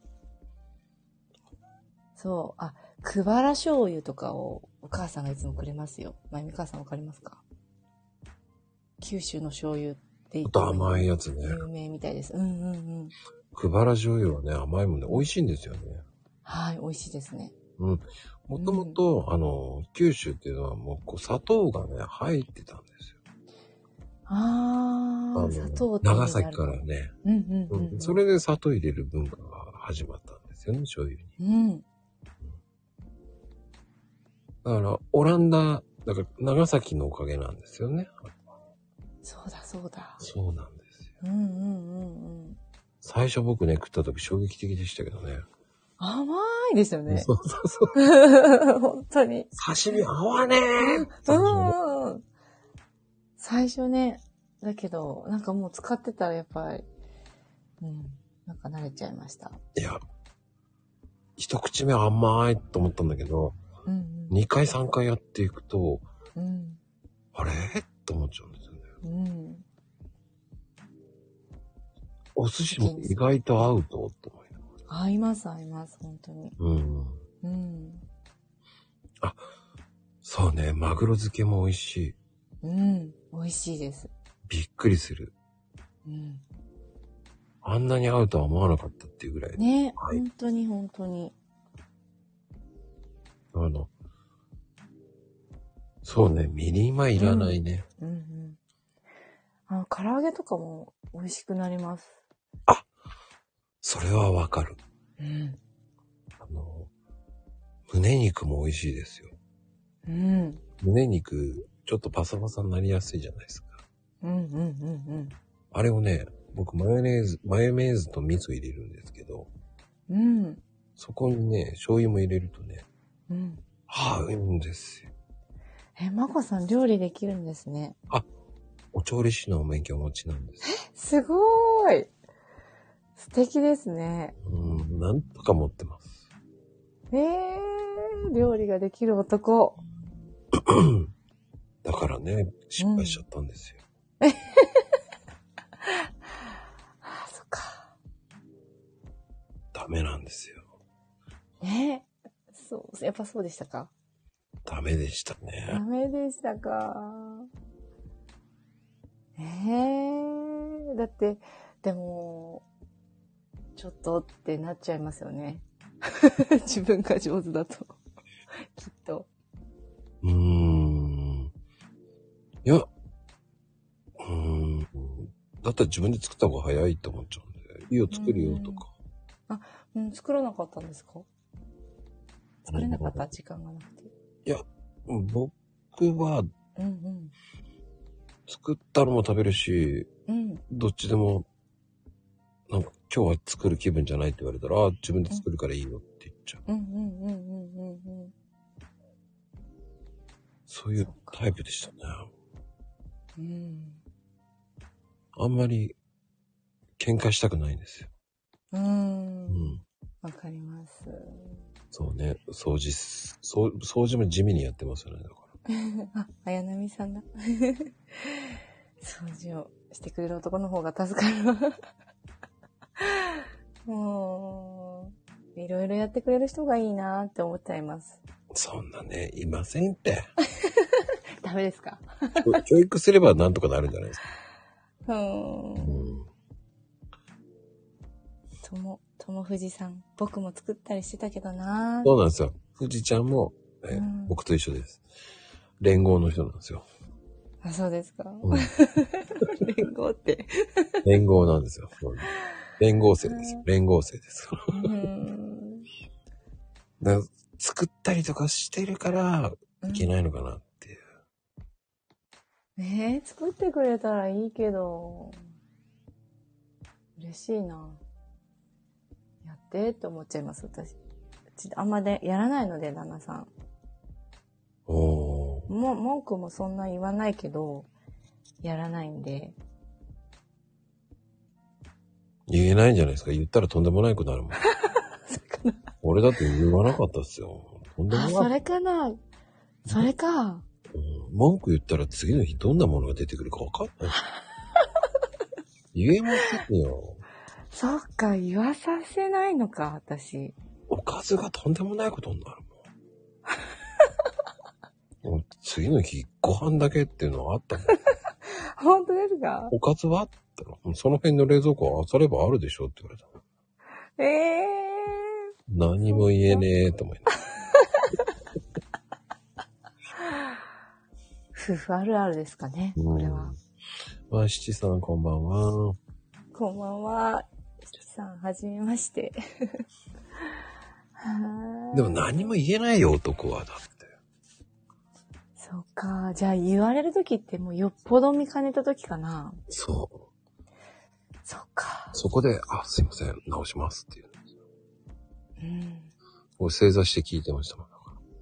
そう、くばら醤油とかをお母さんがいつもくれますよ。まゆみ母さんわかりますか？九州の醤油って言って甘いやつね。 有名みたいです。 くばら醤油はね、甘いもんね、美味しいんですよね。 はい、美味しいですね。 うん。もともと、九州っていうのはもう砂糖がね、入ってたんですよ。 砂糖って長崎からね。それで砂糖入れる文化が始まったんですよね、醤油に。だから、オランダ、だから長崎のおかげなんですよね。 そうだそうだ。 そうなんですよ。最初僕ね、食った時衝撃的でしたけどね。 甘いですよね。 そうそうそう。 本当に。 刺身合わねー。 最初ね、だけど、なんかもう使ってたらやっぱり、なんか慣れちゃいました。 いや、一口目甘いと思ったんだけど、2回3回やっていくと、あれと思っちゃうんですよね。お寿司も意外と合うと思います。 合います、合います、本当に。 あ、そうね、マグロ漬けも美味しい。 美味しいです。 びっくりする。あんなに合うとは思わなかったっていうぐらい。 ね、本当に本当に。 そうね、みりんはいらないね。 唐揚げとかも美味しくなります。 あ、それはわかる。胸肉も美味しいですよ。胸肉、ちょっとパサパサになりやすいじゃないですか。あれをね、僕マヨネーズと味噌入れるんですけど、そこにね、醤油も入れるとね、合うんですよ。 まこさん料理できるんですね。 あ、お調理師の免許をお持ちなんです。 すごーい。素敵ですね。 なんとか持ってます。 料理ができる男。 だからね、失敗しちゃったんですよ。 そっか。 ダメなんですよ。 そう、やっぱそうでしたか？ ダメでしたね。 ダメでしたか。だって、でも、ちょっとってなっちゃいますよね。自分が上手だと。きっと。 いや、だったら自分で作った方が早いと思っちゃうんで、いいよ作るよとか。 作らなかったんですか？作れなかった時間がなくて。 いや、僕は、作ったのも食べるし、どっちでも、なんか今日は作る気分じゃないって言われたら、自分で作るからいいよって言っちゃう。そういうタイプでしたね。あんまり喧嘩したくないんですよ。 わかります。 そうね、掃除も地味にやってますよね、だから。 綾波さんだ。掃除をしてくれる男の方が助かるわ。もう、いろいろやってくれる人がいいなって思っちゃいます。 そんなね、いませんって。 ダメですか？ 教育すればなんとかなるんじゃないですか。 友藤さん、僕も作ったりしてたけどな。 そうなんですよ。藤ちゃんも、僕と一緒です。連合の人なんですよ。 あ、そうですか。連合って。 連合なんですよ。連合生ですよ。連合生です。だ作ったりとかしてるからいけないのかなっていう。作ってくれたらいいけど、嬉しいな。やってって思っちゃいます、私。あんまでやらないので、旦那さん。文句もそんな言わないけど、やらないんで。 言えないんじゃないですか。言ったらとんでもないことあるもん。俺だって言わなかったっすよ。とんでもない。 それかな。それか。 文句言ったら次の日どんなものが出てくるか分かんない。言えませんよ。 そっか、言わさせないのか、私。 おかずがとんでもないことになるもん。次の日、ご飯だけっていうのはあったもん。 本当ですか？ おかずはってその辺の冷蔵庫は漁ればあるでしょって言われた。 何も言えねえと思いながら。 夫婦あるあるですかね、これは。 七さんこんばんは。 こんばんは。七さん、はじめまして。 でも何も言えないよ、男は。だって。 そうか。じゃあ言われるときってもうよっぽど見かねたときかな。 そう。 そうか。 そこで、あ、すいません、直しますっていう。俺正座して聞いてましたもん。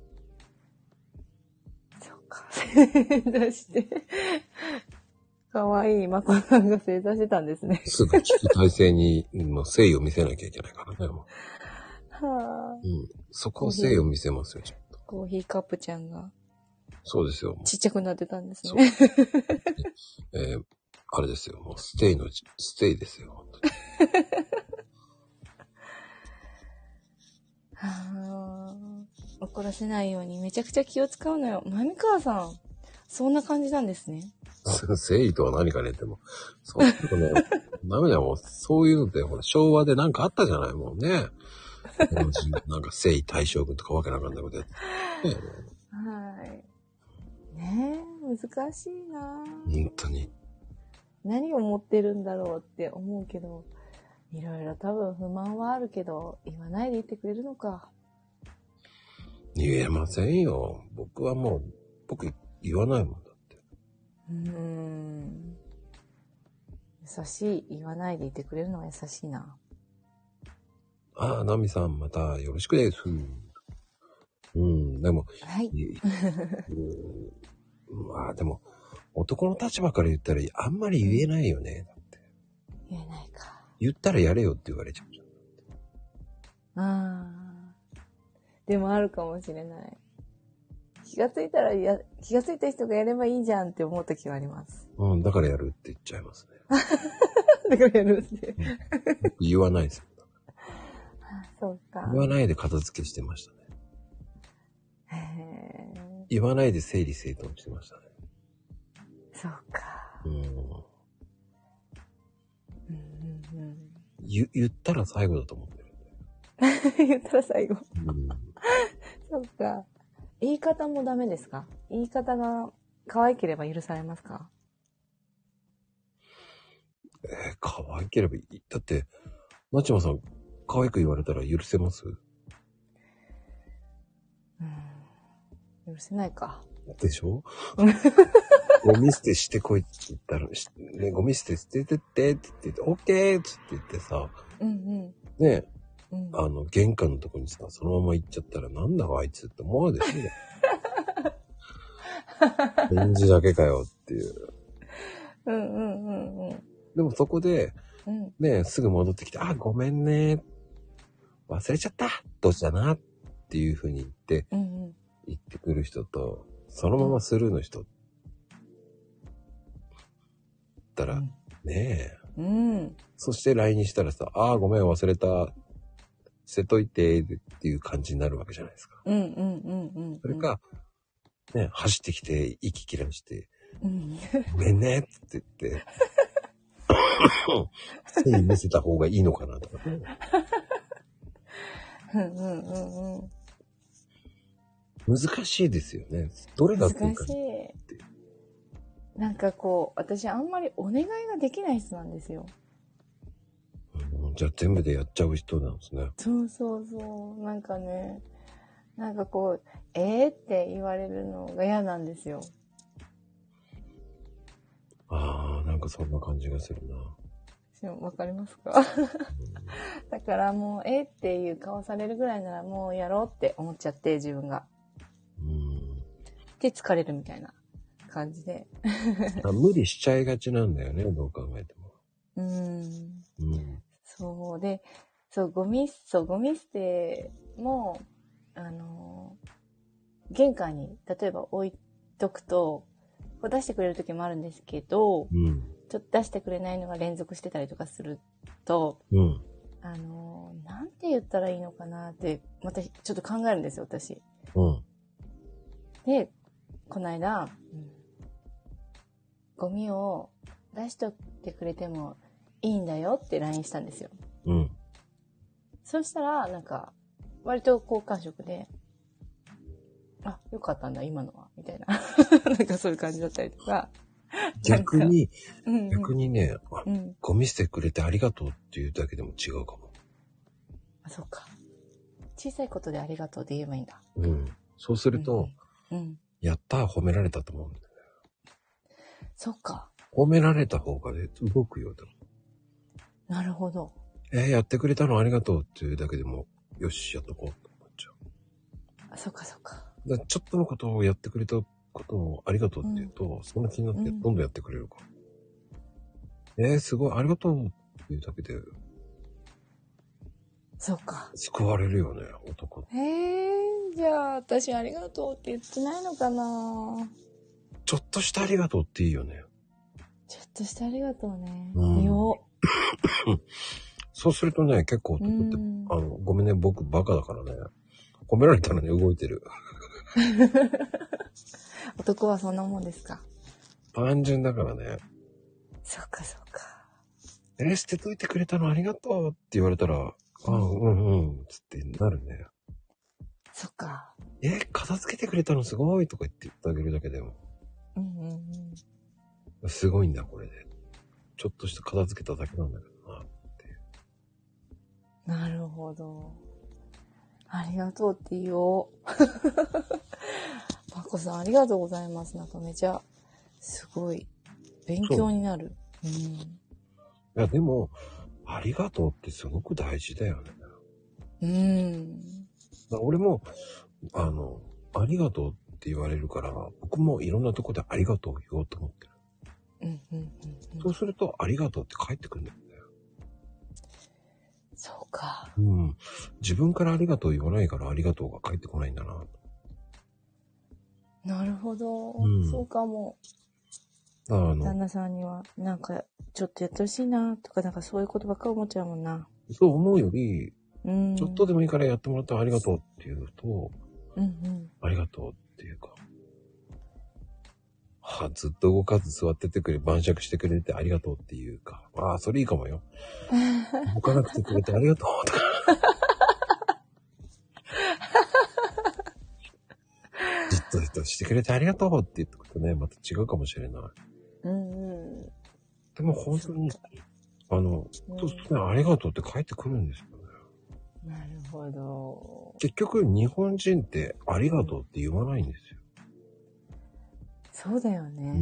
そうか。正座して。かわいいまこさんが正座してたんですね。 すぐ聞く体制に、誠意を見せなきゃいけないからね。もうはあ。 そこは誠意を見せますよ、ちょっと。 コーヒーカップちゃんが。 そうですよ。 ちっちゃくなってたんですね。 あれですよ。もうステイですよ。本当にはあ。怒らせないようにめちゃくちゃ気を使うのよ。まみかわさん、そんな感じなんですね。 誠意とは何かねっても、そういうのね、ダメだよ、もう、そういうのって、ほら、昭和でなんかあったじゃないもんね。なんか征夷大将軍とかわけなかんないことやって。 はい。ねえ、難しいな本当に。 何を持ってるんだろうって思うけど、いろいろ多分不満はあるけど、言わないでいてくれるのか。 言えませんよ。僕言わないもんだって。 優しい。言わないでいてくれるのが優しいな。 ああ、ナミさん、またよろしくです。でも、 はい。 まあでも、男の立場から言ったらあんまり言えないよね。だって。 言えないか。 言ったらやれよって言われちゃうじゃん。 ああ。でもあるかもしれない。気がついた人がやればいいじゃんって思うときはあります。 だからやるって言っちゃいますね。 だからやるって。 言わないですよ。 そうか。 言わないで片付けしてましたね。言わないで整理整頓してましたね。 そうか。 言ったら最後だと思ってるんで。言ったら最後。そうか。言い方もダメですか？言い方が可愛ければ許されますか？ 可愛ければいい。だって、なちまさん、可愛く言われたら許せます？ 許せないか。 でしょ？ゴミ捨てしてこいって言ったら、ね、ゴミ捨て捨ててってって言って、オッケーって言ってさ、ね、玄関のとこにさ、そのまま行っちゃったら、なんだあいつって思うでしょ？返事だけかよっていう。でもそこで、ね、すぐ戻ってきて、あ、ごめんね。忘れちゃった。どうしたなっていう風に言って、言ってくる人と、そのままスルーの人。ったら、ねえ。そして LINE にしたらさ、ああ、ごめん、忘れた。捨てといて、っていう感じになるわけじゃないですか。それか、ね、走ってきて、息切らして、ごめんねって言って、手に見せた方がいいのかなとかね。難しいですよね。どれが難しい。なんかこう、私あんまりお願いができない人なんですよ。 じゃあ全部でやっちゃう人なんですね。 そう。なんかね、なんかこう、って言われるのが嫌なんですよ。 ああ、なんかそんな感じがするな。 わかりますか？だからもう、っていう顔されるぐらいならもうやろうって思っちゃって、自分が。で、疲れるみたいな感じで。 無理しちゃいがちなんだよね、どう考えても。 そうで、ゴミ捨ても、玄関に、例えば置いとくと、こう出してくれる時もあるんですけど、ちょっと出してくれないのが連続してたりとかすると、なんて言ったらいいのかなって、またちょっと考えるんですよ、私。で、この間、ゴミを出しとってくれてもいいんだよって LINE したんですよ。そしたら、なんか、 割と好感触で、あ、よかったんだ、今のは、みたいな。なんかそういう感じだったりとか。 逆に、 うんうん、 逆にね、 うん、 ゴミ捨てくれてありがとうっていうだけでも違うかも。 あ、そうか。小さいことでありがとうで言えばいいんだ。 うん。そうすると、 うんうん、 やったー褒められたと思うんだよね。 そっか。 褒められた方がね、動くよ。 なるほど。 やってくれたのありがとうっていうだけでも、よし、やっとこうと思っちゃう。 あ、そっかそっか。 だからちょっとのことをやってくれたことをありがとうって言うと、その気になってどんどんやってくれるから。すごい、ありがとうっていうだけで、 そうか。 救われるよね、男。 じゃあ、私ありがとうって言ってないのかな。 ちょっとしたありがとうっていいよね。 ちょっとしたありがとうね。 言おう。そうするとね、結構男って、ごめんね、僕バカだからね。褒められたらね、動いてる。 男はそんなもんですか。 単純だからね。 そっかそっか。 捨てといてくれたのありがとうって言われたら、つってなるね。 そっか。 片付けてくれたのすごいとか言ってあげるだけでも。すごいんだ、これで。ちょっとした片付けただけなんだけどな、っていう。 なるほど。ありがとうって言おう。まこさんありがとうございます。なんかめちゃ、すごい、勉強になる。 いや、でも、ありがとうってすごく大事だよね。俺も、ありがとうって言われるから、僕もいろんなとこでありがとうを言おうと思ってる。そうすると、ありがとうって返ってくるんだよね。 そうか。 自分からありがとう言わないからありがとうが返ってこないんだな。 なるほど。そうかも。旦那さんには、なんか、ちょっとやってほしいな、とか、なんかそういうことばっかり思っちゃうもんな。 そう思うより、ちょっとでもいいからやってもらったらありがとうっていうと、ありがとうっていうか、ずっと動かず座っててくれ、晩酌してくれてありがとうっていうか、それいいかもよ。動かなくてくれてありがとうとか。じっとしてくれてありがとうって言ったことね、また違うかもしれない。でも本当に、ありがとうって返ってくるんですよね。 なるほど。 結局、日本人ってありがとうって言わないんですよ。 そうだよね。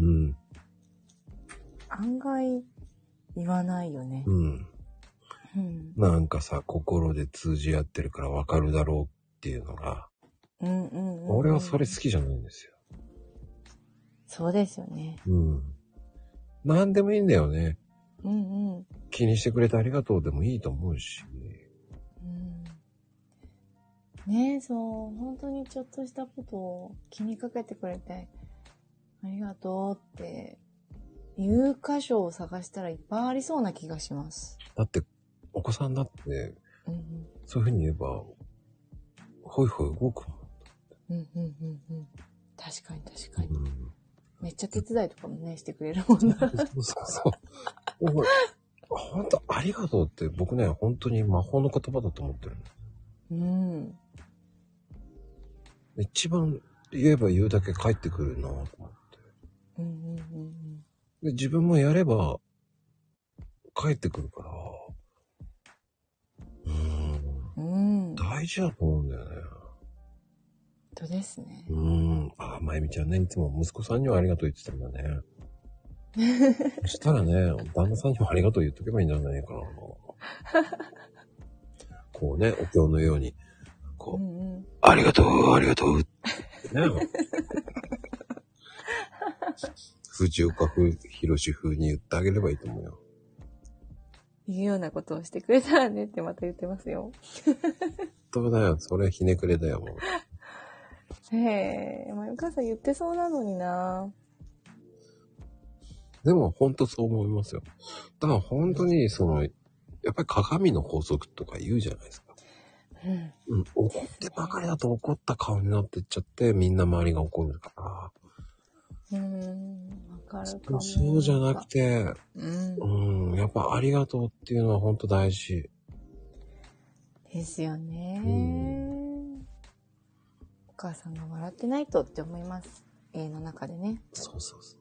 案外、言わないよね。 なんかさ、心で通じ合ってるからわかるだろうっていうのが、俺はそれ好きじゃないんですよ。 そうですよね。 なんでもいいんだよね。気にしてくれてありがとうでもいいと思うし。 そう、本当にちょっとしたことを気にかけてくれて、ありがとうって言う箇所を探したらいっぱいありそうな気がします。 だって、お子さんだって、そういうふうに言えば、ほいほい動くもん。 確かに確かに。めっちゃ手伝いとかもね、してくれるもんな。 そう。本当ありがとうって僕ね、本当に魔法の言葉だと思ってる。一番言えば言うだけ返ってくるなと思って。で、自分もやれば返ってくるから、大事だと思うんだよね。 本当ですね。 まゆみちゃんね、いつも息子さんにはありがとう言ってたんだね。そしたらね、旦那さんにもありがとう言っとけばいいんじゃないかな。こうね、お経のように、こう、ありがとう、ありがとうってね。藤岡風、広し風に言ってあげればいいと思うよ。 いうようなことをしてくれたらねってまた言ってますよ。 そうだよ、それひねくれだよ、もう。 まゆかさん言ってそうなのにな。 でも本当そう思いますよ。だから本当にやっぱり鏡の法則とか言うじゃないですか。怒ってばかりだと怒った顔になってっちゃって、みんな周りが怒るから。 わかるかも。 そうじゃなくて、やっぱありがとうっていうのは本当大事。 ですよね。 母さんが笑ってないとって思います。家の中でね。 そうそうそう。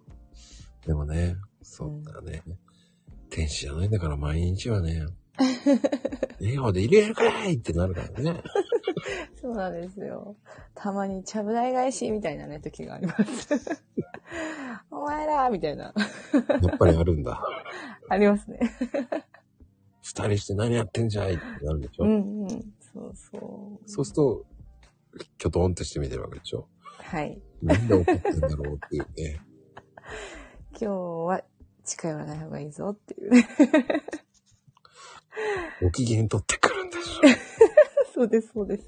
でもね、そんなね、天使じゃないんだから毎日はね、笑顔で入れるかいってなるからね。 そうなんですよ。たまにちゃぶ台返しみたいなね、時があります。お前らみたいな。 やっぱりあるんだ。 ありますね。 二人して何やってんじゃいってなるでしょ。 うんうん。そうそう。 そうすると、きょとんとして見てるわけでしょ。 はい。 なんで怒ってんだろうっていうね。 今日は近寄らない方がいいぞっていうね。 ご機嫌取ってくるんでしょ。 そうです、そうです。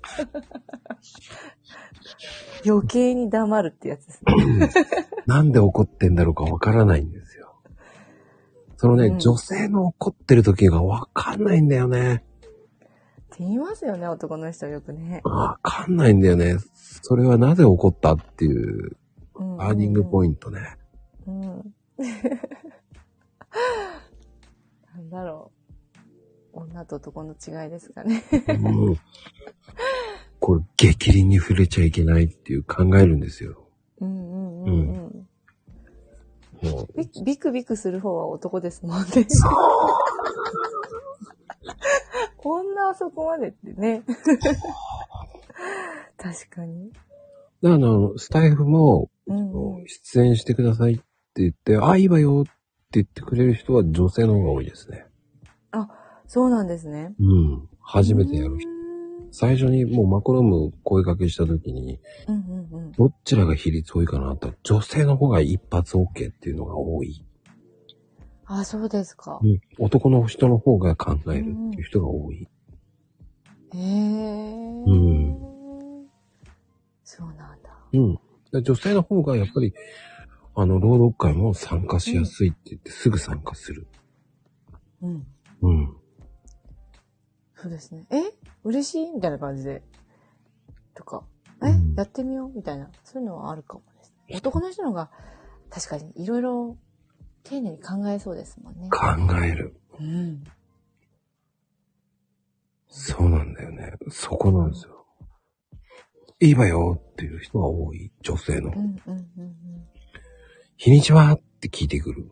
余計に黙るってやつですね。 なんで怒ってんだろうかわからないんですよ。そのね、女性の怒ってる時がわかんないんだよね。 って言いますよね、男の人よくね。 わかんないんだよね。それはなぜ怒ったっていう、アーニングポイントね。 うん。なんだろう。女と男の違いですかね。 うん、これ、激鱗に触れちゃいけないっていう考えるんですよ。 もうビクビクする方は男ですもんね。女はそこまでってね。確かに。 スタイフも、出演してくださいって言って、あ、いいわよって言ってくれる人は女性の方が多いですね。 あ、そうなんですね。 うん。初めてやる人。最初にもうマコローム声かけした時に、どちらが比率多いかなと、女性の方が一発 OK っていうのが多い。 あ、そうですか。 うん。男の人の方が考えるっていう人が多い。 へぇうん。 そうなんだ。 うん。女性の方がやっぱり、朗読会も参加しやすいって言ってすぐ参加する。うん。うん。 そうですね。嬉しいみたいな感じで。とか、やってみようみたいな。そういうのはあるかもです。男の人の方が、確かにいろいろ丁寧に考えそうですもんね。 考える。うん。そうなんだよね。そこなんですよ。いいわよっていう人が多い。女性の。日にちはって聞いてくる。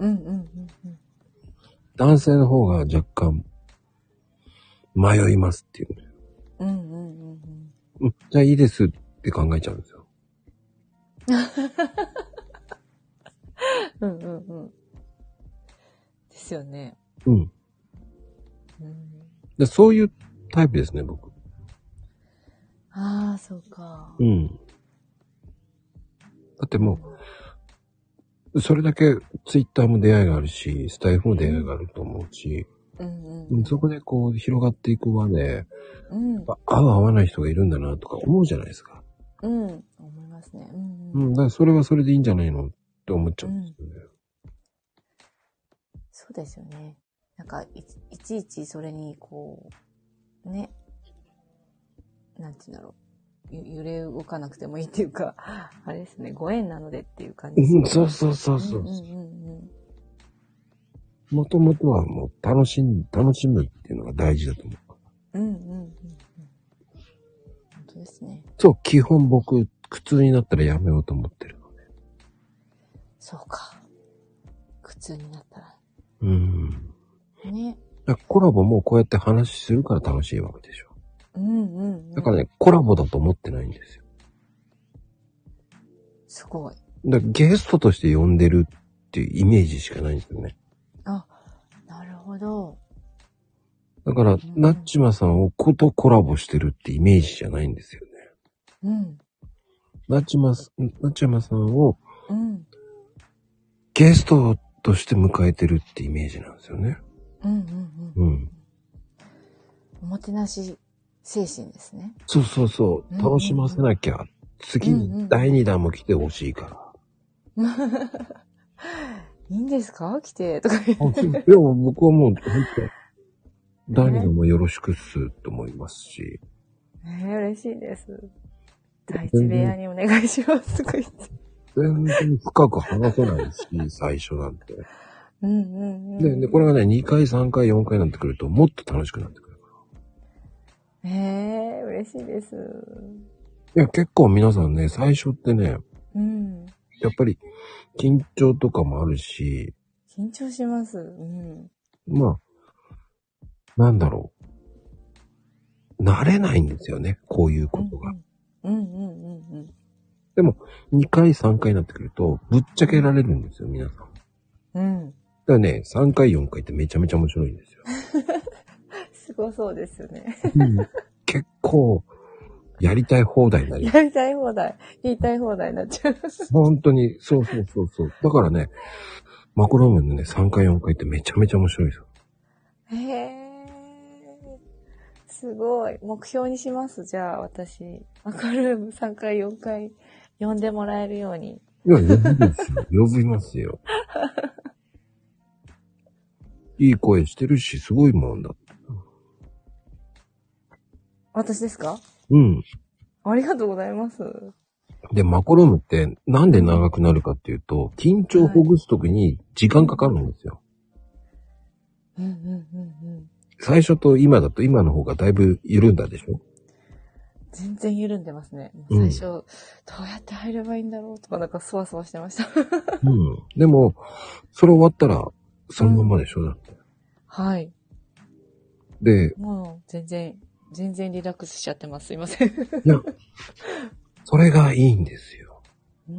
男性の方が若干迷いますっていうね。じゃあいいですって考えちゃうんですよ。 ですよね。 でそういうタイプですね、僕。 ああ、そうか。 だってもう、それだけツイッターも出会いがあるし、スタイフも出会いがあると思うし、そこでこう広がっていく輪で、合う合わない人がいるんだなとか思うじゃないですか。 思いますね。 だからそれはそれでいいんじゃないのって思っちゃうんですよね。 そうですよね。なんかいちいちそれにこう、ね、なんて言うんだろう。揺れ動かなくてもいいっていうか、あれですね、ご縁なのでっていう感じですね。 そう。もともとはもう楽しむっていうのが大事だと思う。本当ですね。 そう、基本僕、苦痛になったらやめようと思ってるので。 そうか。苦痛になったら。 ね。コラボもこうやって話するから楽しいわけでしょ。だからね、コラボだと思ってないんですよ。 すごい。 だからゲストとして呼んでるっていうイメージしかないんですよね。 あ、なるほど。 だから、ナッチマさんをことコラボしてるってイメージじゃないんですよね。ナッチマさんを、ゲストとして迎えてるってイメージなんですよね。 おもてなし精神ですね。 そう。楽しませなきゃ。次に第2弾も来てほしいから。 いいんですか来てとか言って。 いや、僕はもう、本当第2弾もよろしくっすと思いますし。 嬉しいです。第一部屋にお願いしますとか言って。 全然深く話せないし、最初なんて。で、これがね、2回、3回、4回になってくると、もっと楽しくなってくるから。 嬉しいです。 いや、結構皆さんね、最初ってね、 うん。 やっぱり緊張とかもあるし、 緊張します。うん。 まあ、なんだろう。慣れないんですよね、こういうことが。 うんうんうんうん。 でも、2回、3回になってくると、ぶっちゃけられるんですよ、皆さん。 うん。 だからね、3回、4回ってめちゃめちゃ面白いんですよ。 すごそうですよね。 うん、結構、やりたい放題になります。 やりたい放題、言いたい放題になっちゃう。 本当に、そうそうそうそう。だからね、マコロームのね、3回、4回ってめちゃめちゃ面白いですよ。 へえ。すごい。目標にします。じゃあ、私。マコルーム3回、4回呼んでもらえるように。 いや、呼びますよ。呼びますよ。いい声してるし、すごいもんだ。 私ですか？ うん。 ありがとうございます。 で、マコロームってなんで長くなるかっていうと、緊張をほぐすときに時間かかるんですよ。 うんうんうんうん。 最初と今だと今の方がだいぶ緩んだでしょ？ 全然緩んでますね。最初、どうやって入ればいいんだろうとか、なんかそわそわしてました。 うん。でも、それ終わったら、そのままでしょ、だって。 はい。 で、 もう、全然リラックスしちゃってます。すいません。 いや、それがいいんですよ。 うん。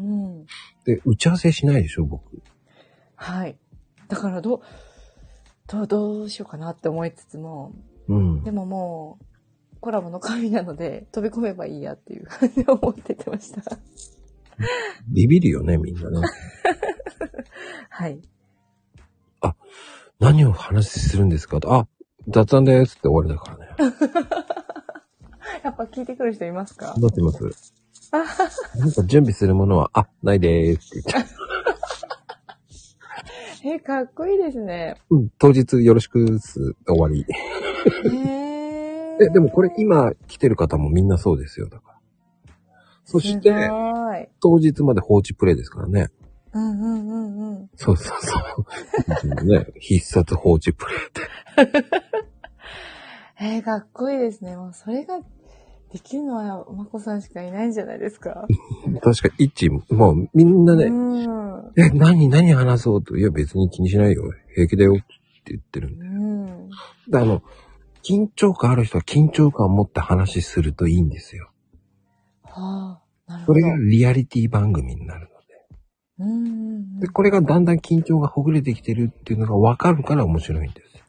で、打ち合わせしないでしょ、僕。 はい。だからどうしようかなって思いつつも、 うん。 でももう、コラボの神なので、飛び込めばいいやっていう感じで思っててました。 ビビるよね、みんなね。 はい。 あ、何を話するんですかと。あ、雑談ですって終わりだからね。 やっぱ聞いてくる人いますか？ なってます。なんか準備するものは、あ、ないでーすって言っちゃう。 かっこいいですね。 うん、当日よろしくーす。終わり。でもこれ今来てる方もみんなそうですよ、だから。そして、当日まで放置プレイですからね。 うんうんうんうん。 そうそうそう。ね、必殺放置プレイって。 かっこいいですね。もうそれができるのはまこさんしかいないんじゃないですか？ 確か一もうみんなね、何話そうと。いや別に気にしないよ。平気だよって言ってるんで。緊張感ある人は緊張感を持って話するといいんですよ。 はあ、なるほど。 それがリアリティ番組になるので。で、これがだんだん緊張がほぐれてきてるっていうのがわかるから面白いんですよ。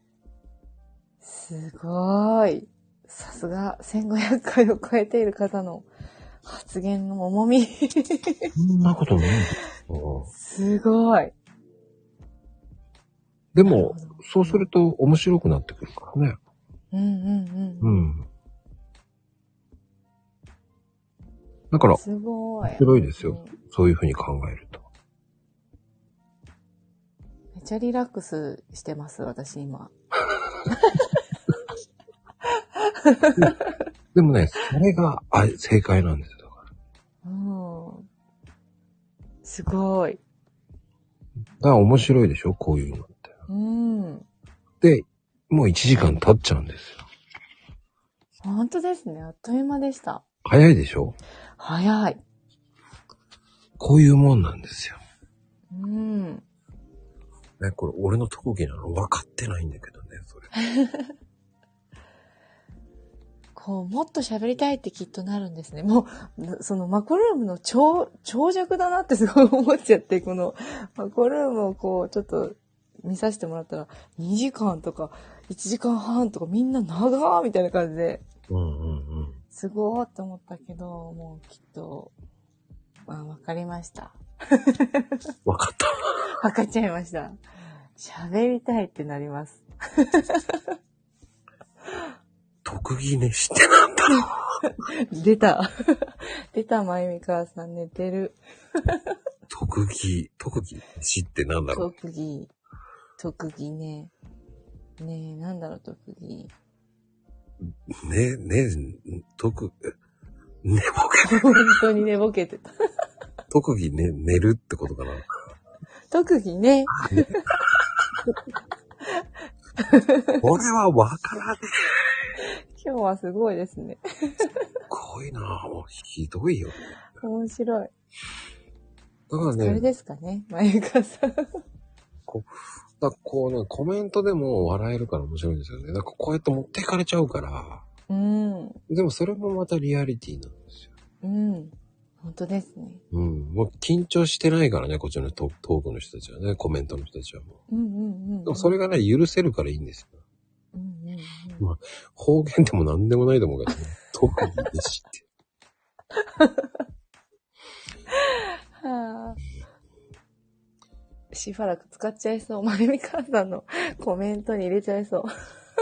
すごーい。さすが1500回を超えている方の発言の重み。 そんなことないんですよ。 すごい。 でも、そうすると面白くなってくるからね。 うん。 だから、 すごい。 面白いですよ。そういうふうに考えると。 めっちゃリラックスしてます、私今。 でもね、それが正解なんですよ。だから 。すごい。 だから面白いでしょ、こういうのって。で、もう1時間経っちゃうんですよ。 本当ですね。あっという間でした。 早いでしょ？ 早い。 こういうもんなんですよ。 ね、 これ俺の特技なの分かってないんだけどね、それ。 もっと喋りたいってきっとなるんですね。もう、そのマコルームの長尺だなってすごい思っちゃって、このマコルームをちょっと見させてもらったら、2時間とか1時間半とかみんな長ーみたいな感じで。すごーって思ったけど、もうきっと、わかりました。 わかった。 わかっちゃいました。喋りたいってなります。 特技ねしてなんだろう。出た、まゆみかわさん寝てる。 特技しってなんだろう。 特技ね。ねえ、なんだろう、特技。 寝ぼけて本当に寝ぼけてた。 特技ね、寝るってことかな。 特技ね。 俺はわからねえ。今日はすごいですね。 こどいなぁ。もうひどいよ。 面白い。 だからね。 それですかね、まゆかさん。 こうね、コメントでも笑えるから面白いんですよね。だからこうやって持っていかれちゃうから。 うん。 でもそれもまたリアリティなんですよ。 うん。本当ですね。 うん。もう緊張してないからね、こっちのトークの人たちはね、コメントの人たちはもう。 うんうんうん、うん。 でもそれがね、許せるからいいんですよ。 うんうんうん。 まあ、方言でも何でもないと思うけどね。特にですって。 はあ。しばらく使っちゃいそう。まゆみかさんのコメントに入れちゃいそう。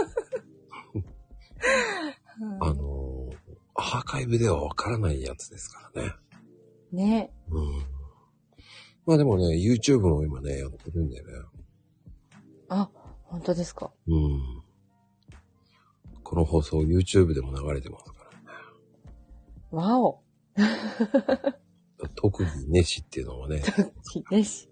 アーカイブではわからないやつですからね。 ね。 うん。まあでもね、YouTube も今ね、やってるんでね。 あ、本当ですか。 うん。この放送 YouTube でも流れてますからね。 わお。 特技ねしっていうのはね。 特技ねし。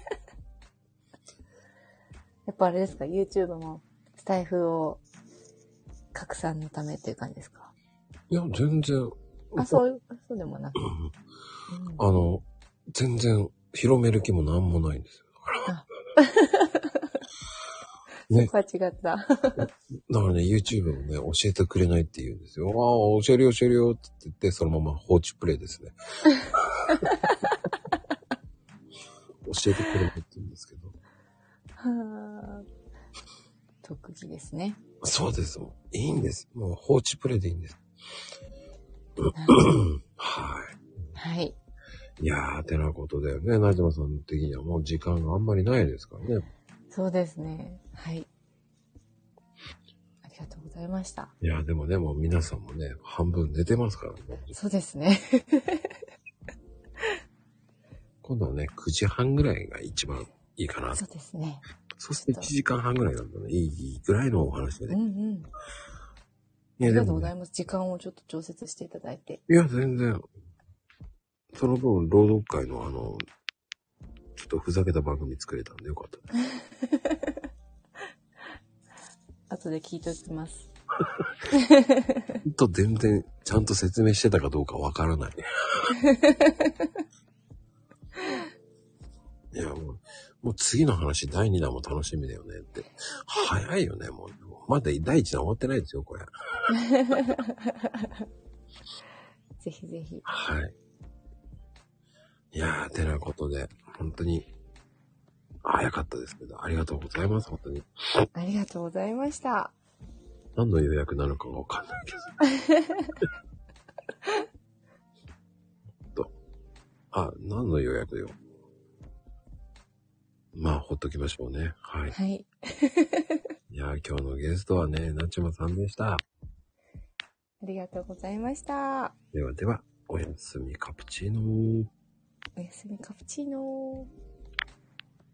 やっぱあれですか、YouTube もスタイフを拡散のためっていう感じですか？ いや、全然。 そうでもなく。 全然広める気もなんもないんですよ。 ね、そこは違った。 だからね、YouTube もね、教えてくれないって言うんですよ。教えるよって言って、そのまま放置プレイですね。教えてくれないって言うんですけど。 はあ、特技ですね。 そうです。いいんです。もう放置プレイでいいんです。はい。 はい。 いやー、てなことだよね。なじまさん的にはもう時間があんまりないですからね。 そうですね。はい。ありがとうございました。 いや、でも皆さんもね、半分寝てますからね。 そうですね。 今度はね、9時半ぐらいが一番いいかな。 そうですね。 そうすると1時間半ぐらいなんだね。いいぐらいのお話でね。 うんうん。ありがとうございます。時間をちょっと調節していただいて。 いや、全然。その分、朗読会のちょっとふざけた番組作れたんでよかった。 後で聞いておきます。 全然、ちゃんと説明してたかどうかわからない。いや、もう次の話、第2弾も楽しみだよねって。早いよね、もう。まだ第1弾終わってないですよ、これ。 ぜひぜひ。 はい。いやー、てなことで、本当に、早かったですけど、ありがとうございます、本当に。 ありがとうございました。 何の予約なのかがわかんないけど。何の予約よ。まあ、ほっときましょうね。はい。 はい。 いやー、今日のゲストはね、なちまさんでした。 ありがとうございました。 では、おやすみカプチーノー。 おやすみカプチーノー。